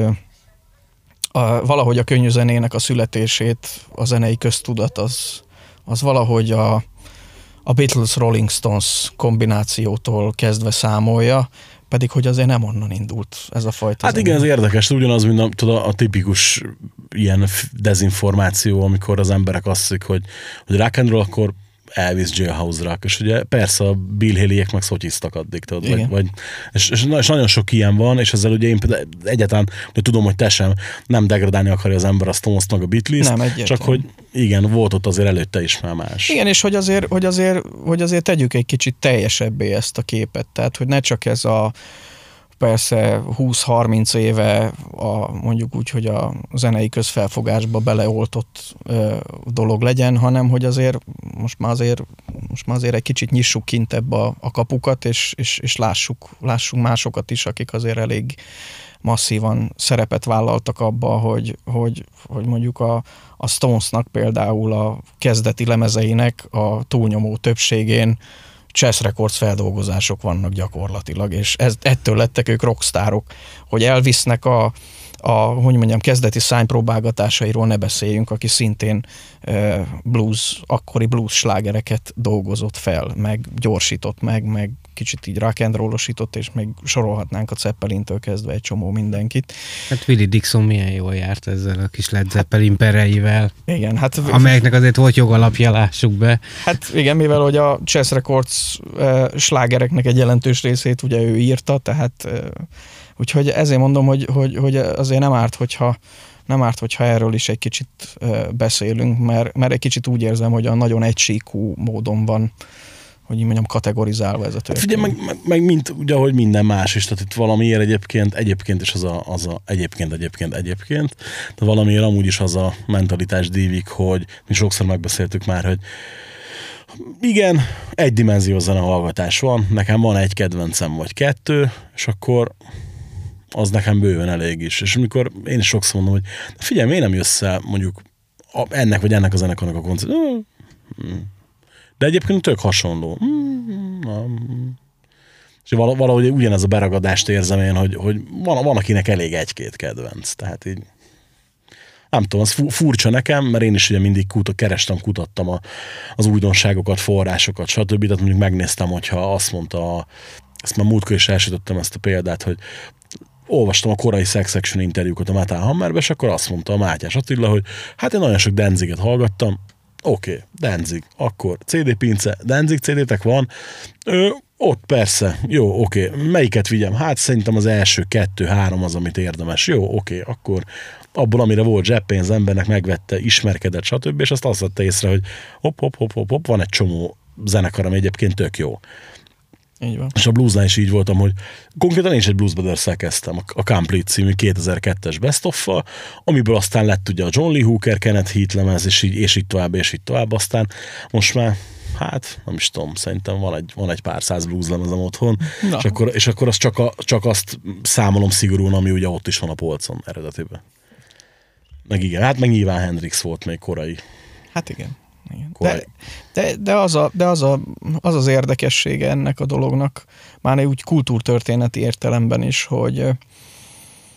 S3: valahogy a könnyű zenének a születését a zenei köztudat az valahogy a Beatles Rolling Stones kombinációtól kezdve számolja, pedig hogy azért nem onnan indult ez a fajta
S2: hát zene. Igen, ez érdekes, ugyanaz, mint a tipikus ilyen dezinformáció, amikor az emberek azt hiszik, hogy rock and roll, akkor Elvis Jailhouse Rock, és ugye persze a Bill Haley-ek meg szotyiztak addig, tudod, és nagyon sok ilyen van, és ezzel ugye én egyáltalán, hogy tudom, hogy te sem nem degradálni akarja az ember a Stones-t meg a Beatles-t, csak hogy igen, volt ott azért előtte is már más.
S3: Igen, és hogy azért tegyük egy kicsit teljesebbé ezt a képet, tehát hogy ne csak ez a persze 20-30 éve mondjuk úgy, hogy a zenei közfelfogásba beleoltott dolog legyen, hanem hogy azért most már azért egy kicsit nyissuk kintebb a kapukat, és lássunk másokat is, akik azért elég masszívan szerepet vállaltak abba, hogy mondjuk a Stonesnak például a kezdeti lemezeinek a túlnyomó többségén Chess Records feldolgozások vannak gyakorlatilag, és ettől lettek ők rockstárok, hogy Elvisnek hogy mondjam, kezdeti szánypróbálgatásairól ne beszéljünk, aki szintén akkori blues slágereket dolgozott fel, meg gyorsított meg kicsit így rock and rollosított, és még sorolhatnánk a Zeppelintől kezdve egy csomó mindenkit.
S4: Hát Willie Dixon milyen jól járt ezzel a kis Led Zeppelin pereivel.
S3: Igen, hát...
S4: Amelyeknek azért volt jogalapja, lássuk be.
S3: Hát igen, mivel hogy a Chess Records slágereknek egy jelentős részét ugye ő írta, tehát úgyhogy ezért mondom, hogy azért nem árt, hogyha erről is egy kicsit beszélünk, mert egy kicsit úgy érzem, hogy a nagyon egysíkú módon van, hogy így mondjam, kategorizálva ez a történet.
S2: Figyelj, meg mint ugye, ahogy minden más is, tehát itt valamiért egyébként is egyébként, de valamiért amúgy is az a mentalitás dívik, hogy mi sokszor megbeszéltük már, hogy igen, egydimenziós zenehallgatás van, nekem van egy kedvencem vagy kettő, és az nekem bőven elég is. És amikor én is sokszor mondom, hogy figyelj, miért nem jössz el mondjuk ennek vagy ennek a zenekarnak a koncert? De egyébként tök hasonló. És valahogy ugyanez a beragadást érzem én, hogy van akinek elég egy-két kedvenc. Tehát így nem tudom, az furcsa nekem, mert én is ugye mindig kutattam az újdonságokat, forrásokat, stb. Tehát mondjuk megnéztem, hogyha azt mondta, ezt már múltkor is elsütöttem ezt a példát, hogy olvastam a korai Sex Action interjúkat a Metal Hammerbe, és akkor azt mondta a Mátyás Attila, hogy hát én nagyon sok Danziget hallgattam, oké, Danzig, akkor CD pince, Danzig CD-tek van, ott persze, jó, oké, melyiket vigyem? Hát szerintem az első 2-3 az, amit érdemes, jó, oké, akkor abból, amire volt zseppénz, embernek megvette, ismerkedett, stb. És azt vette észre, hogy hopp, van egy csomó zenekar, ami egyébként tök jó.
S3: Így van.
S2: És a bluesnál is így voltam, hogy konkrétan én is egy Blues Brothers-szel kezdtem, a Complete című 2002-es Best of-val, amiből aztán lett ugye a John Lee Hooker, Kenneth Heath lemez, és így tovább, aztán most már, hát nem is tudom, szerintem van egy pár száz blues lemezem otthon, és akkor azt csak azt számolom szigorúan, ami ugye ott is van a polcon eredetiben. Meg igen, hát meg nyilván Hendrix volt még korai.
S3: Hát igen. De az érdekessége ennek a dolognak, már úgy kultúrtörténeti értelemben is, hogy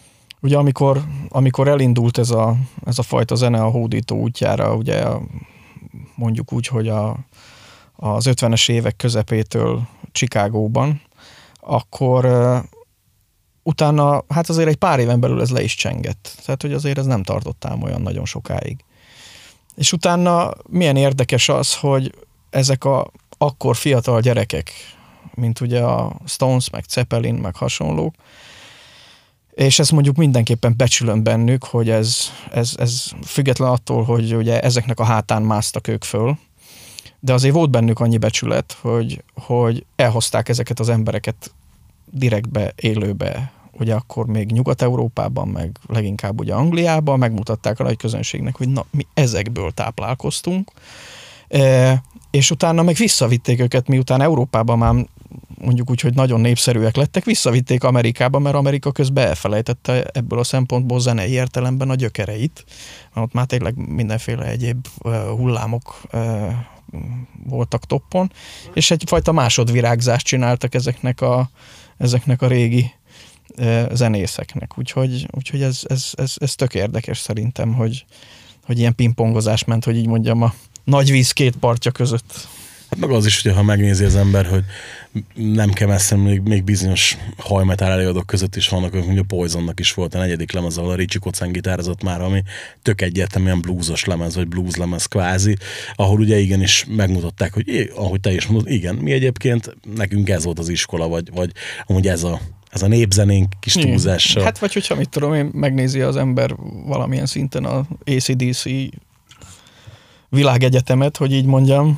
S3: ugye amikor elindult ez a fajta zene a hódító útjára, ugye mondjuk úgy, hogy az 50-es évek közepétől Chicagóban, akkor utána, hát azért egy pár éven belül ez le is csengett. Tehát, hogy azért ez nem tartott ám olyan nagyon sokáig. És utána milyen érdekes az, hogy ezek akkor fiatal gyerekek, mint ugye a Stones, meg Zeppelin, meg hasonlók, és ezt mondjuk mindenképpen becsülöm bennük, hogy ez független attól, hogy ugye ezeknek a hátán másztak ők föl, de azért volt bennük annyi becsület, hogy elhozták ezeket az embereket direktbe, élőbe, ugye akkor még Nyugat-Európában, meg leginkább ugye Angliában, megmutatták a nagy közönségnek, hogy na, mi ezekből táplálkoztunk, és utána meg visszavitték őket, miután Európában már mondjuk úgy, hogy nagyon népszerűek lettek, visszavitték Amerikába, mert Amerika közben elfelejtette ebből a szempontból zenei értelemben a gyökereit. Ott már tényleg mindenféle egyéb hullámok voltak toppon, és egyfajta másodvirágzást csináltak ezeknek a régi zenészeknek. Úgyhogy ez tök érdekes szerintem, hogy ilyen pingpongozás ment, hogy így mondjam, a nagy víz két partja között.
S2: Hát meg az is, hogyha megnézi az ember, hogy nem kell messze, még bizonyos hajmetál előadók között is vannak, hogy a Poisonnak is volt a 4. lemez, ahol a Richie Kotzen gitározott már, ami tök egyértelműen bluesos lemez, vagy blues lemez kvázi, ahol ugye igenis megmutatták, hogy ahogy te is mondod, igen, mi egyébként, nekünk ez volt az iskola, vagy amúgy ez a népzenénk kis túlzással.
S3: Hát vagy hogyha mit tudom én, megnézi az ember valamilyen szinten a AC/DC világegyetemet, hogy így mondjam,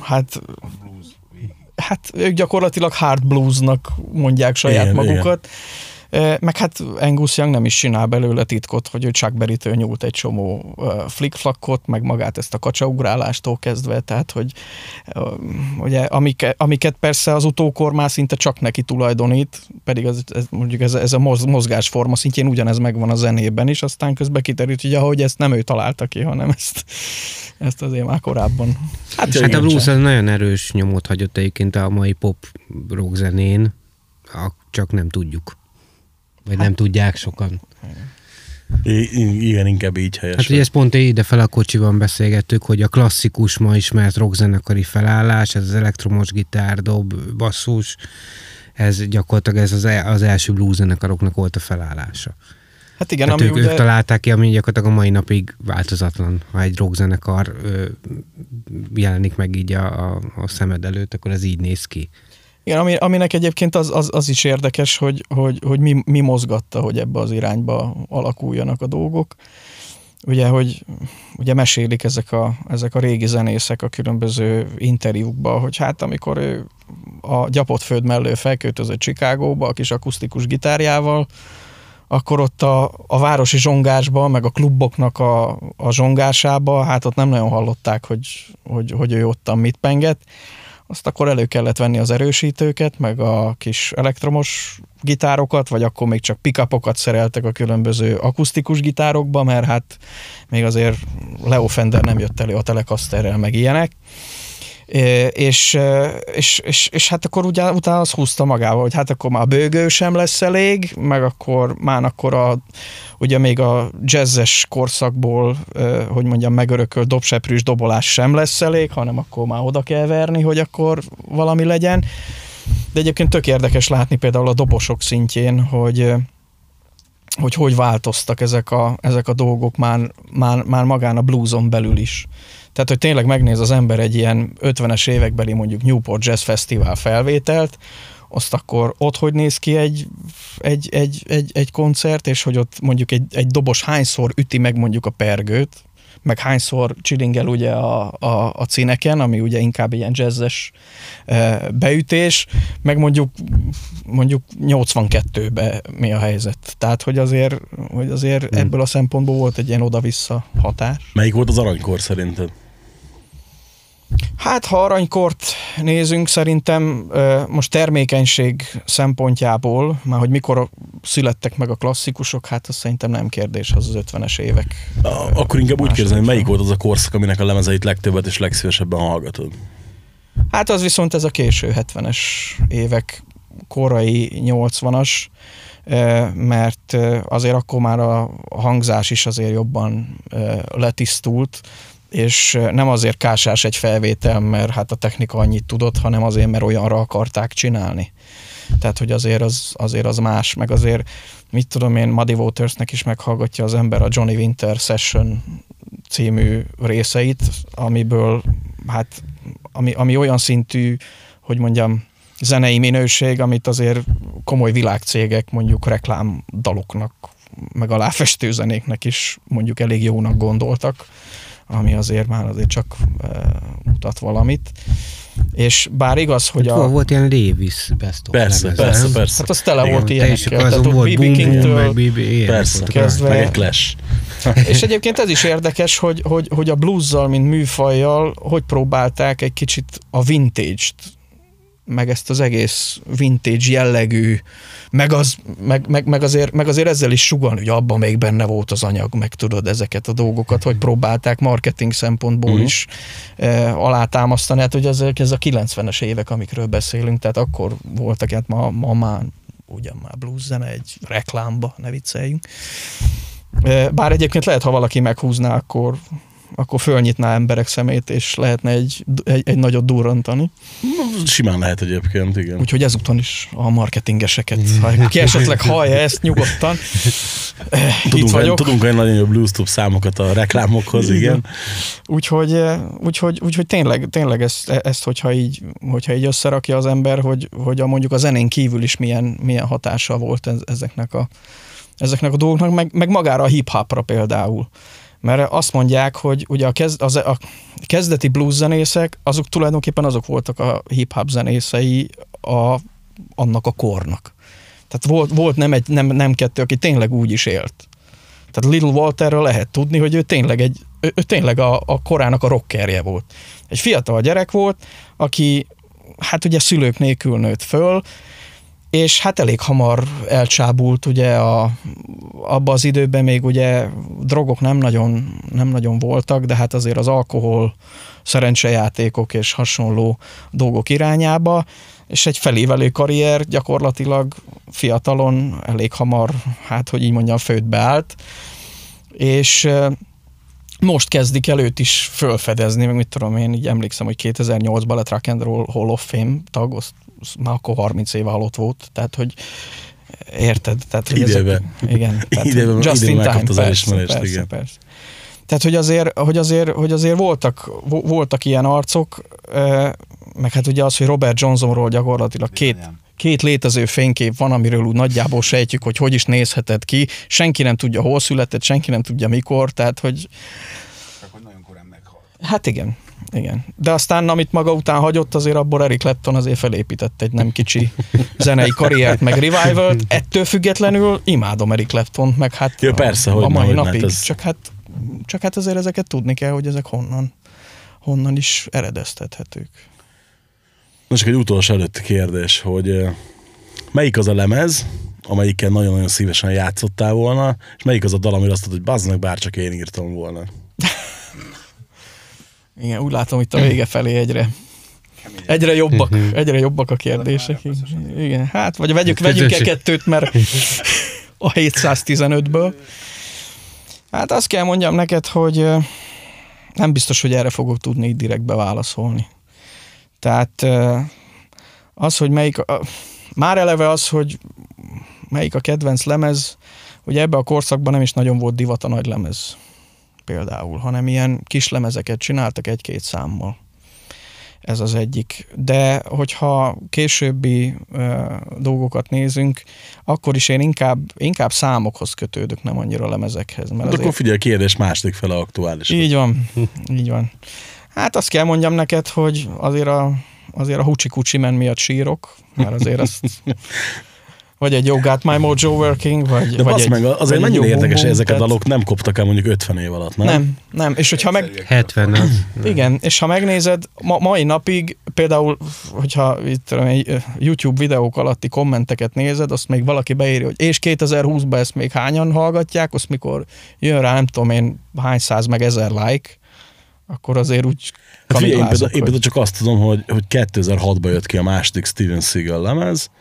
S3: hát ők gyakorlatilag hard bluesnak mondják saját magukat. Meg hát Angus Young nem is csinál belőle titkot, hogy ő Chuck Berry-től nyúlt egy csomó flick-flackot, meg magát ezt a kacsaugrálástól kezdve, tehát hogy ugye, amiket persze az utókor már szinte csak neki tulajdonít, pedig mondjuk ez a mozgásforma szintjén ugyanez megvan a zenében is, aztán közben kiderült, hogy ahogy ezt nem ő találta ki, hanem ezt azért már korábban.
S4: Hát a blues az nagyon erős nyomot hagyott egyébként a mai pop rock zenén, csak nem tudjuk. Vagy nem tudják sokan.
S2: Igen, inkább így helyes.
S4: Hát ugye ezt pont idefel a kocsiban beszélgettük, hogy a klasszikus, ma ismert rockzenekari felállás, ez az elektromos gitár, dob, basszus, ez gyakorlatilag ez az első blueszenekaroknak volt a felállása.
S3: Hát igen,
S4: tehát ők találták ki, ami gyakorlatilag a mai napig változatlan. Ha egy rockzenekar jelenik meg így a szemed előtt, akkor ez így néz ki.
S3: Igen, aminek egyébként az is érdekes, hogy mi mozgatta, hogy ebbe az irányba alakuljanak a dolgok. Ugye mesélik ezek a régi zenészek a különböző interjúkban, hogy hát amikor ő a gyapott föld mellől felköltözött Chicagóba a kis akusztikus gitárjával, akkor ott a városi zsongásban, meg a kluboknak a zsongásában, hát ott nem nagyon hallották, hogy ő ottan mit penget. Azt akkor elő kellett venni az erősítőket, meg a kis elektromos gitárokat, vagy akkor még csak pick-upokat szereltek a különböző akusztikus gitárokba, mert hát még azért Leo Fender nem jött elő a Telecasterrel, meg ilyenek. És hát akkor utána azt húzta magával, hogy hát akkor már a bőgő sem lesz elég, meg akkor ugye még a jazzes korszakból, hogy mondjam, megörökölt dobseprűs dobolás sem lesz elég, hanem akkor már oda kell verni, hogy akkor valami legyen. De egyébként tök érdekes látni például a dobosok szintjén, hogy változtak ezek a dolgok már magán a blueson belül is. Tehát, hogy tényleg megnéz az ember egy ilyen 50-es évekbeli mondjuk Newport Jazz Fesztivál felvételt, azt akkor ott hogy néz ki egy koncert, és hogy ott mondjuk egy dobos hányszor üti meg mondjuk a pergőt, meg hányszor csilingel ugye a cineken, ami ugye inkább ilyen jazzes beütés, meg mondjuk 82-ben mi a helyzet. Tehát, hogy azért ebből a szempontból volt egy ilyen oda-vissza hatás.
S2: Melyik volt az aranykor szerinted?
S3: Hát, ha aranykort nézünk, szerintem most termékenység szempontjából, már hogy mikor születtek meg a klasszikusok, hát az szerintem nem kérdés, az 50-es évek.
S2: Akkor inkább úgy kérdezem, hogy melyik volt az a korszak, aminek a lemezeit legtöbbet és legszívesebben hallgatod?
S3: Hát az viszont ez a késő 70-es évek, korai 80-as. mert azért akkor már a hangzás is azért jobban letisztult, és nem azért kásás egy felvétel, mert hát a technika annyit tudott, hanem azért, mert olyanra akarták csinálni. Tehát, hogy azért az más, meg azért, mit tudom én, Muddy Watersnek is meghallgatja az ember a Johnny Winter Session című részeit, amiből, hát, ami olyan szintű, hogy mondjam, zenei minőség, amit azért komoly világcégek mondjuk reklámdaloknak, meg aláfestő zenéknek is mondjuk elég jónak gondoltak, ami azért már azért csak mutat valamit. És bár igaz, hogy
S4: volt ilyen Davis Best of
S2: persze.
S3: Hát az tele volt ilyenekkel.
S4: Tehát ott
S3: B.B. Kingtől
S2: kezdve. Meg egy Clash.
S3: És egyébként ez is érdekes, hogy a bluesszal, mint műfajjal, hogy próbálták egy kicsit a vintage-t, meg ezt az egész vintage jellegű, meg azért ezzel is sugalni, hogy abban még benne volt az anyag, meg tudod ezeket a dolgokat, hogy próbálták marketing szempontból is alátámasztani. Hát ugye ez a 90-es évek, amikről beszélünk, tehát akkor voltak, hát ma már ugyan már blues zene egy reklámba, ne vicceljünk. Bár egyébként lehet, ha valaki meghúzná, akkor fölnyitná emberek szemét, és lehetne egy nagyot durrantani.
S2: Simán lehet egyébként, igen.
S3: Úgyhogy ezúton is a marketingeseket, ha ki esetleg hallja ezt nyugodtan, itt vagyok.
S2: Tudunk olyan nagyon jó blues-tube számokat a reklámokhoz, igen.
S3: Úgyhogy tényleg ezt hogyha így összerakja az ember, hogy mondjuk a zenén kívül is milyen hatása volt ezeknek a dolgoknak, meg magára a hip-hopra például. Mert azt mondják, hogy ugye a kezdeti blues zenészek, azok tulajdonképpen azok voltak a hip-hop zenészei annak a kornak. Tehát volt nem kettő, aki tényleg úgy is élt. Tehát Little Walterről lehet tudni, hogy ő tényleg a korának a rockerje volt. Egy fiatal gyerek volt, aki hát ugye szülők nélkül nőtt föl, és hát elég hamar elcsábult, ugye abban az időben még ugye drogok nem nagyon voltak, de hát azért az alkohol, szerencsejátékok és hasonló dolgok irányába, és egy felévelő karrier gyakorlatilag fiatalon elég hamar, hát hogy így mondjam, földbe állt, és most kezdik el őt is fölfedezni, meg mit tudom én, így emlékszem, hogy 2008-ban lett Rock and Roll Hall of Fame tag, már akkor 30 éve halott volt, tehát hogy érted? Tehát, hogy
S2: időben.
S3: Igen. Tehát, just in time, persze. Tehát, hogy azért voltak ilyen arcok, meg hát ugye az, hogy Robert Johnsonról gyakorlatilag két létező fénykép van, amiről úgy nagyjából sejtjük, hogy is nézhetett ki. Senki nem tudja, hol született, senki nem tudja, mikor, tehát, hogy...
S1: Csak, hogy nagyon korán meghalt.
S3: Hát igen. De aztán, amit maga után hagyott, azért abból Eric Clapton azért felépített egy nem kicsi zenei karriert, meg revivalt. Ettől függetlenül imádom Eric Claptont, meg hát
S2: persze,
S3: a mai napig. Csak hát azért ezeket tudni kell, hogy ezek honnan is eredeztethetők.
S2: Na csak egy utolsó előtti kérdés, hogy melyik az a lemez, amelyikkel nagyon-nagyon szívesen játszottál volna, és melyik az a dal, amire azt mondod, hogy bazd meg, bárcsak én írtam volna.
S3: Igen, úgy látom, itt a vége felé egyre jobbak a kérdések. Igen, hát vagy vegyük el kettőt, mert a 715-ből. Hát azt kell mondjam neked, hogy nem biztos, hogy erre fogok tudni így direktbe válaszolni. Tehát az, hogy már eleve az, hogy melyik a kedvenc lemez, ugye ebbe a korszakban nem is nagyon volt divat a nagy lemez például, hanem ilyen kis lemezeket csináltak egy-két számmal. Ez az egyik. De hogyha későbbi dolgokat nézünk, akkor is én inkább számokhoz kötődök, nem annyira lemezekhez. Mert
S2: akkor figyelj, a kérdés második fele aktuális.
S3: Így van. Hát azt kell mondjam neked, hogy azért a Hucsi Kucsi Men miatt sírok, mert azért azt... Vagy egy Yo Got My Mojo Working, vagy...
S2: De
S3: vagy
S2: meg, azért mennyire érdekes, hogy ezek a dalok nem koptak el mondjuk 50 év alatt, nem?
S3: Nem. És hogyha
S4: 70 az.
S3: Igen, és ha megnézed, mai napig például, hogyha itt YouTube videók alatti kommenteket nézed, azt még valaki beírja, hogy és 2020-ban ezt még hányan hallgatják, azt mikor jön rá, nem tudom én, hány száz meg 1000 like, akkor azért úgy
S2: kamiglázok. Én például csak azt tudom, hogy 2006-ban jött ki a második Steven Seagal lemez,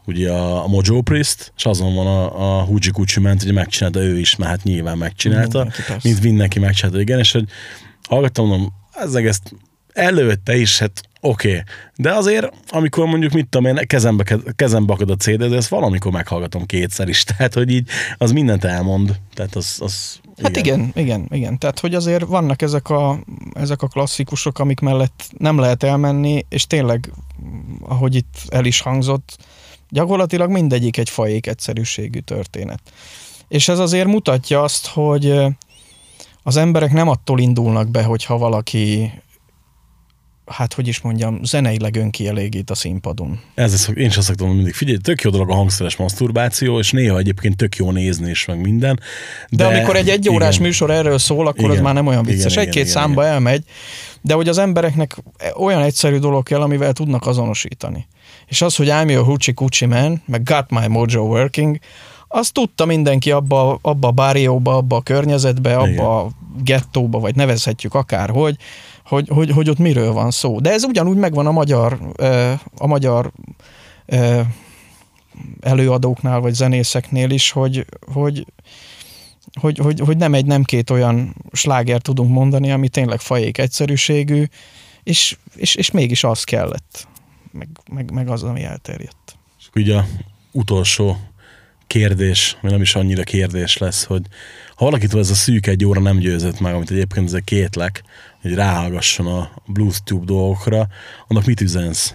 S2: ugye a Mojo Priest, és azon van a Hoochie Coochie Man, ugye megcsinálta ő is, mert hát nyilván megcsinálta, mindenki megcsinálta, igen, és hogy hallgattam, mondom, ezt előtte is, hát oké. De azért, amikor mondjuk, mit tudom én, kezembe akad a CD, de ezt valamikor meghallgatom kétszer is, tehát, hogy így az mindent elmond. Tehát az
S3: hát igen. Tehát, hogy azért vannak ezek a klasszikusok, amik mellett nem lehet elmenni, és tényleg, ahogy itt el is hangzott, gyakorlatilag mindegyik egy fajék egyszerűségű történet. És ez azért mutatja azt, hogy az emberek nem attól indulnak be, hogyha valaki, hát hogy is mondjam, zeneileg önkielégít a színpadon.
S2: Én is azt szoktam mindig, figyelj, tök jó dolog a hangszeres maszturbáció, és néha egyébként tök jó nézni is, meg minden.
S3: De amikor egy egyórás műsor erről szól, akkor az már nem olyan vicces. Egy-két számba elmegy, de hogy az embereknek olyan egyszerű dolog kell, amivel tudnak azonosítani. És az, hogy I'm your Hoochie Coochie Man, meg Got My Mojo Working, azt tudta mindenki abba a barrióba, abba a környezetbe, abba a gettóba, vagy nevezhetjük akárhogy, hogy ott miről van szó. De ez ugyanúgy megvan a magyar előadóknál, vagy zenészeknél is, hogy nem két olyan sláger tudunk mondani, ami tényleg fajék egyszerűségű, és mégis az kellett, meg az, ami elterjedt.
S2: És ugye a utolsó kérdés, vagy nem is annyira kérdés lesz, hogy ha valakitől ez a szűk egy óra nem győzött meg, amit egyébként ezek kétlek, hogy ráhallgasson a BluesTube dolgokra, annak mit üzensz?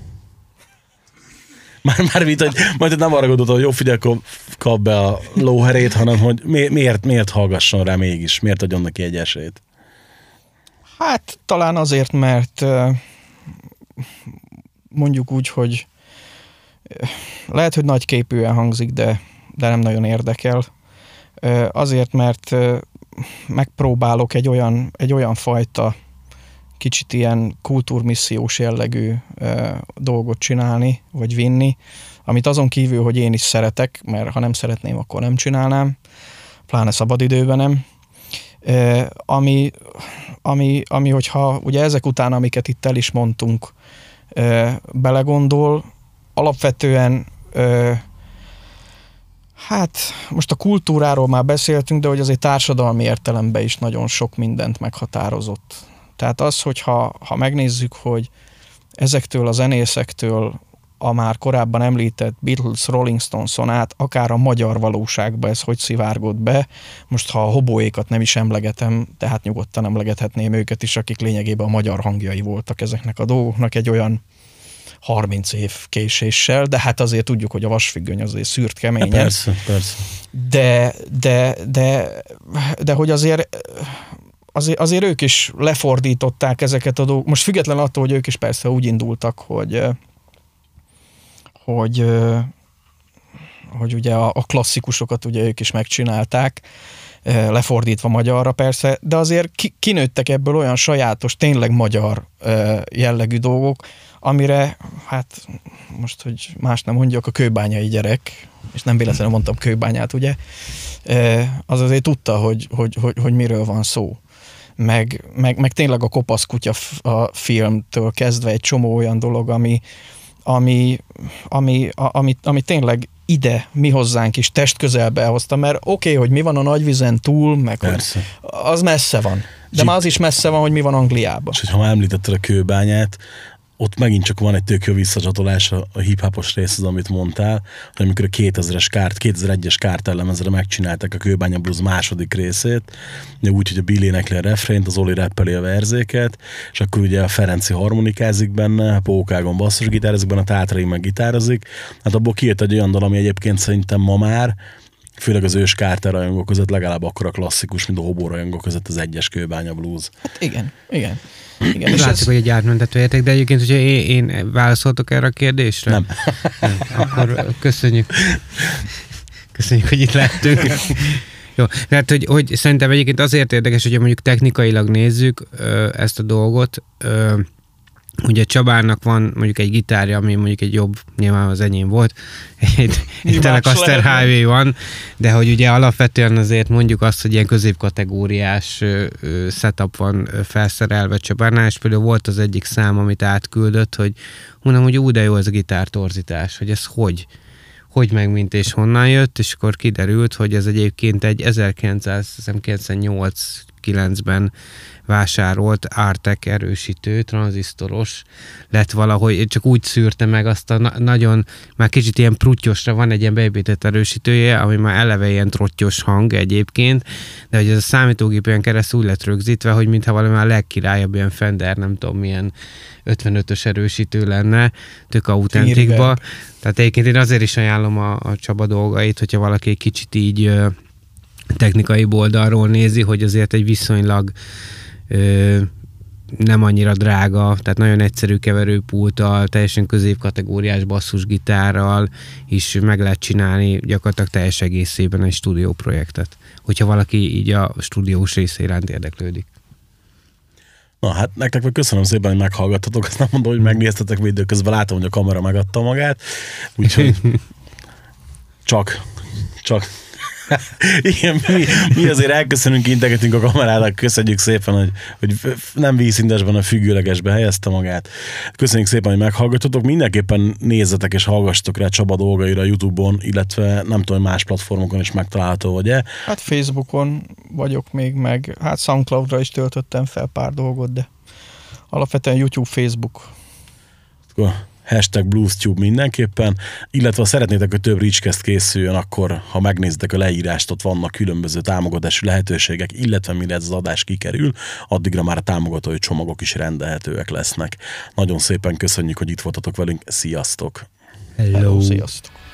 S2: Már mit, hogy majd nem arra gondolod, hogy jó, figyelj, akkor kap be a lóherét, hanem hogy miért hallgasson rá mégis? Miért adjon neki egy esélyt?
S3: Hát talán azért, mert mondjuk úgy, hogy lehet, hogy nagyképűen hangzik, de nem nagyon érdekel. Azért, mert megpróbálok egy olyan fajta kicsit ilyen kultúrmissziós jellegű dolgot csinálni, vagy vinni, amit azon kívül, hogy én is szeretek, mert ha nem szeretném, akkor nem csinálnám, pláne szabadidőben nem. Ami, hogyha ugye ezek után, amiket itt el is mondtunk, belegondol, alapvetően hát most a kultúráról már beszéltünk, de hogy azért társadalmi értelemben is nagyon sok mindent meghatározott. Tehát az, hogyha megnézzük, hogy ezektől a zenészektől a már korábban említett Beatles, Rolling Stones-on át, akár a magyar valóságba ez hogy szivárgott be. Most ha a Hoboékat nem is emlegetem, tehát nyugodtan emlegethetném őket is, akik lényegében a magyar hangjai voltak ezeknek a dolgoknak egy olyan 30 év késéssel, de hát azért tudjuk, hogy a Vasfüggöny azért szűrt keményen.
S2: Persze.
S3: De hogy azért ők is lefordították ezeket a dolgokat. Most független attól, hogy ők is persze úgy indultak, hogy ugye a klasszikusokat ugye ők is megcsinálták, lefordítva magyarra persze, de azért kinőttek ebből olyan sajátos, tényleg magyar jellegű dolgok, amire, hát most, hogy más nem mondjak, a kőbányai gyerek, és nem véletlenül mondtam Kőbányát, ugye, az azért tudta, hogy miről van szó. Meg tényleg a Kopasz kutya a filmtől kezdve egy csomó olyan dolog, ami tényleg ide, mi hozzánk is testközelbe elhozta, mert oké, hogy mi van a Nagyvizen túl, meg az messze van. De már az is messze van, hogy mi van Angliában.
S2: És ha már említetted a Kőbányát, ott megint csak van egy tök jó visszacsatolás a hip-hopos részhez, amit mondtál, hogy amikor a 2001-es kártellemezre megcsinálták a Kőbánya Blues második részét, úgy, hogy a Bill énekli a refrént, az Oli rappeli a verzéket, és akkor ugye a Ferenci harmonikázik benne, a Pókágon basszusgitározik benne, a Tátrai meg gitározik. Hát abból kijött egy olyan dal, ami egyébként szerintem ma már, főleg az ős Carter rajongók között legalább akkora klasszikus, mint a Hobó rajongók között az egyes Kőbánya Blues.
S3: Hát igen.
S4: Látszik, hogy egy átmentető értek, de egyébként, hogyha én válaszoltok erre a kérdésre?
S2: Nem.
S4: Akkor köszönjük. Köszönjük, hogy itt lehetünk. Jó, tehát, hogy szerintem egyébként azért érdekes, hogyha mondjuk technikailag nézzük ezt a dolgot, Ugye Csabának van mondjuk egy gitárja, ami mondjuk egy jobb, nyilván az enyém volt, egy Telecaster HV van, de hogy ugye alapvetően azért mondjuk azt, hogy ilyen középkategóriás setup van felszerelve Csabánál, és például volt az egyik szám, amit átküldött, hogy mondom, hogy de jó ez a gitártorzítás, hogy ez hogy meg mint és honnan jött, és akkor kiderült, hogy ez egyébként egy 1998-9-ben vásárolt Artek erősítő, tranzisztoros lett valahogy, csak úgy szűrte meg azt a nagyon, már kicsit ilyen pruttyosra van egy ilyen beépített erősítője, ami már eleve ilyen trottyos hang egyébként, de hogy ez a számítógépen keresztül úgy lett rögzítve, hogy mintha valami a legkirályabb ilyen Fender, nem tudom milyen 55-ös erősítő lenne, tök autentikba. Tehát egyébként én azért is ajánlom a Csaba dolgait, hogyha valaki egy kicsit így technikai oldalról nézi, hogy azért egy viszonylag nem annyira drága, tehát nagyon egyszerű keverőpulttal, teljesen középkategóriás basszusgitárral is meg lehet csinálni gyakorlatilag teljes egészében egy stúdióprojektet, hogyha valaki így a stúdiós része iránt érdeklődik.
S2: Na hát nektek meg köszönöm szépen, hogy meghallgattatok, azt nem mondom, hogy megnéztetek, mert időközben látom, hogy a kamera megadta magát, úgyhogy csak igen, mi azért elköszönünk, integetünk a kamerának, köszönjük szépen, hogy nem vízszintesben, a függőlegesbe helyezte magát. Köszönjük szépen, hogy meghallgatotok. Mindenképpen nézzetek és hallgassatok rá Csaba dolgaira a YouTube-on, illetve nem tudom, más platformokon is megtalálható, vagy-e?
S3: Hát Facebookon vagyok még, meg hát Soundcloudra is töltöttem fel pár dolgot, de alapvetően YouTube, Facebook.
S2: #BluesTube mindenképpen, illetve ha szeretnétek, hogy több Ricskeszt készüljön, akkor ha megnézitek a leírást, ott vannak különböző támogatási lehetőségek, illetve mire ez az adás kikerül, addigra már a támogatói csomagok is rendelhetőek lesznek. Nagyon szépen köszönjük, hogy itt voltatok velünk, sziasztok!
S4: Hello.
S3: Sziasztok!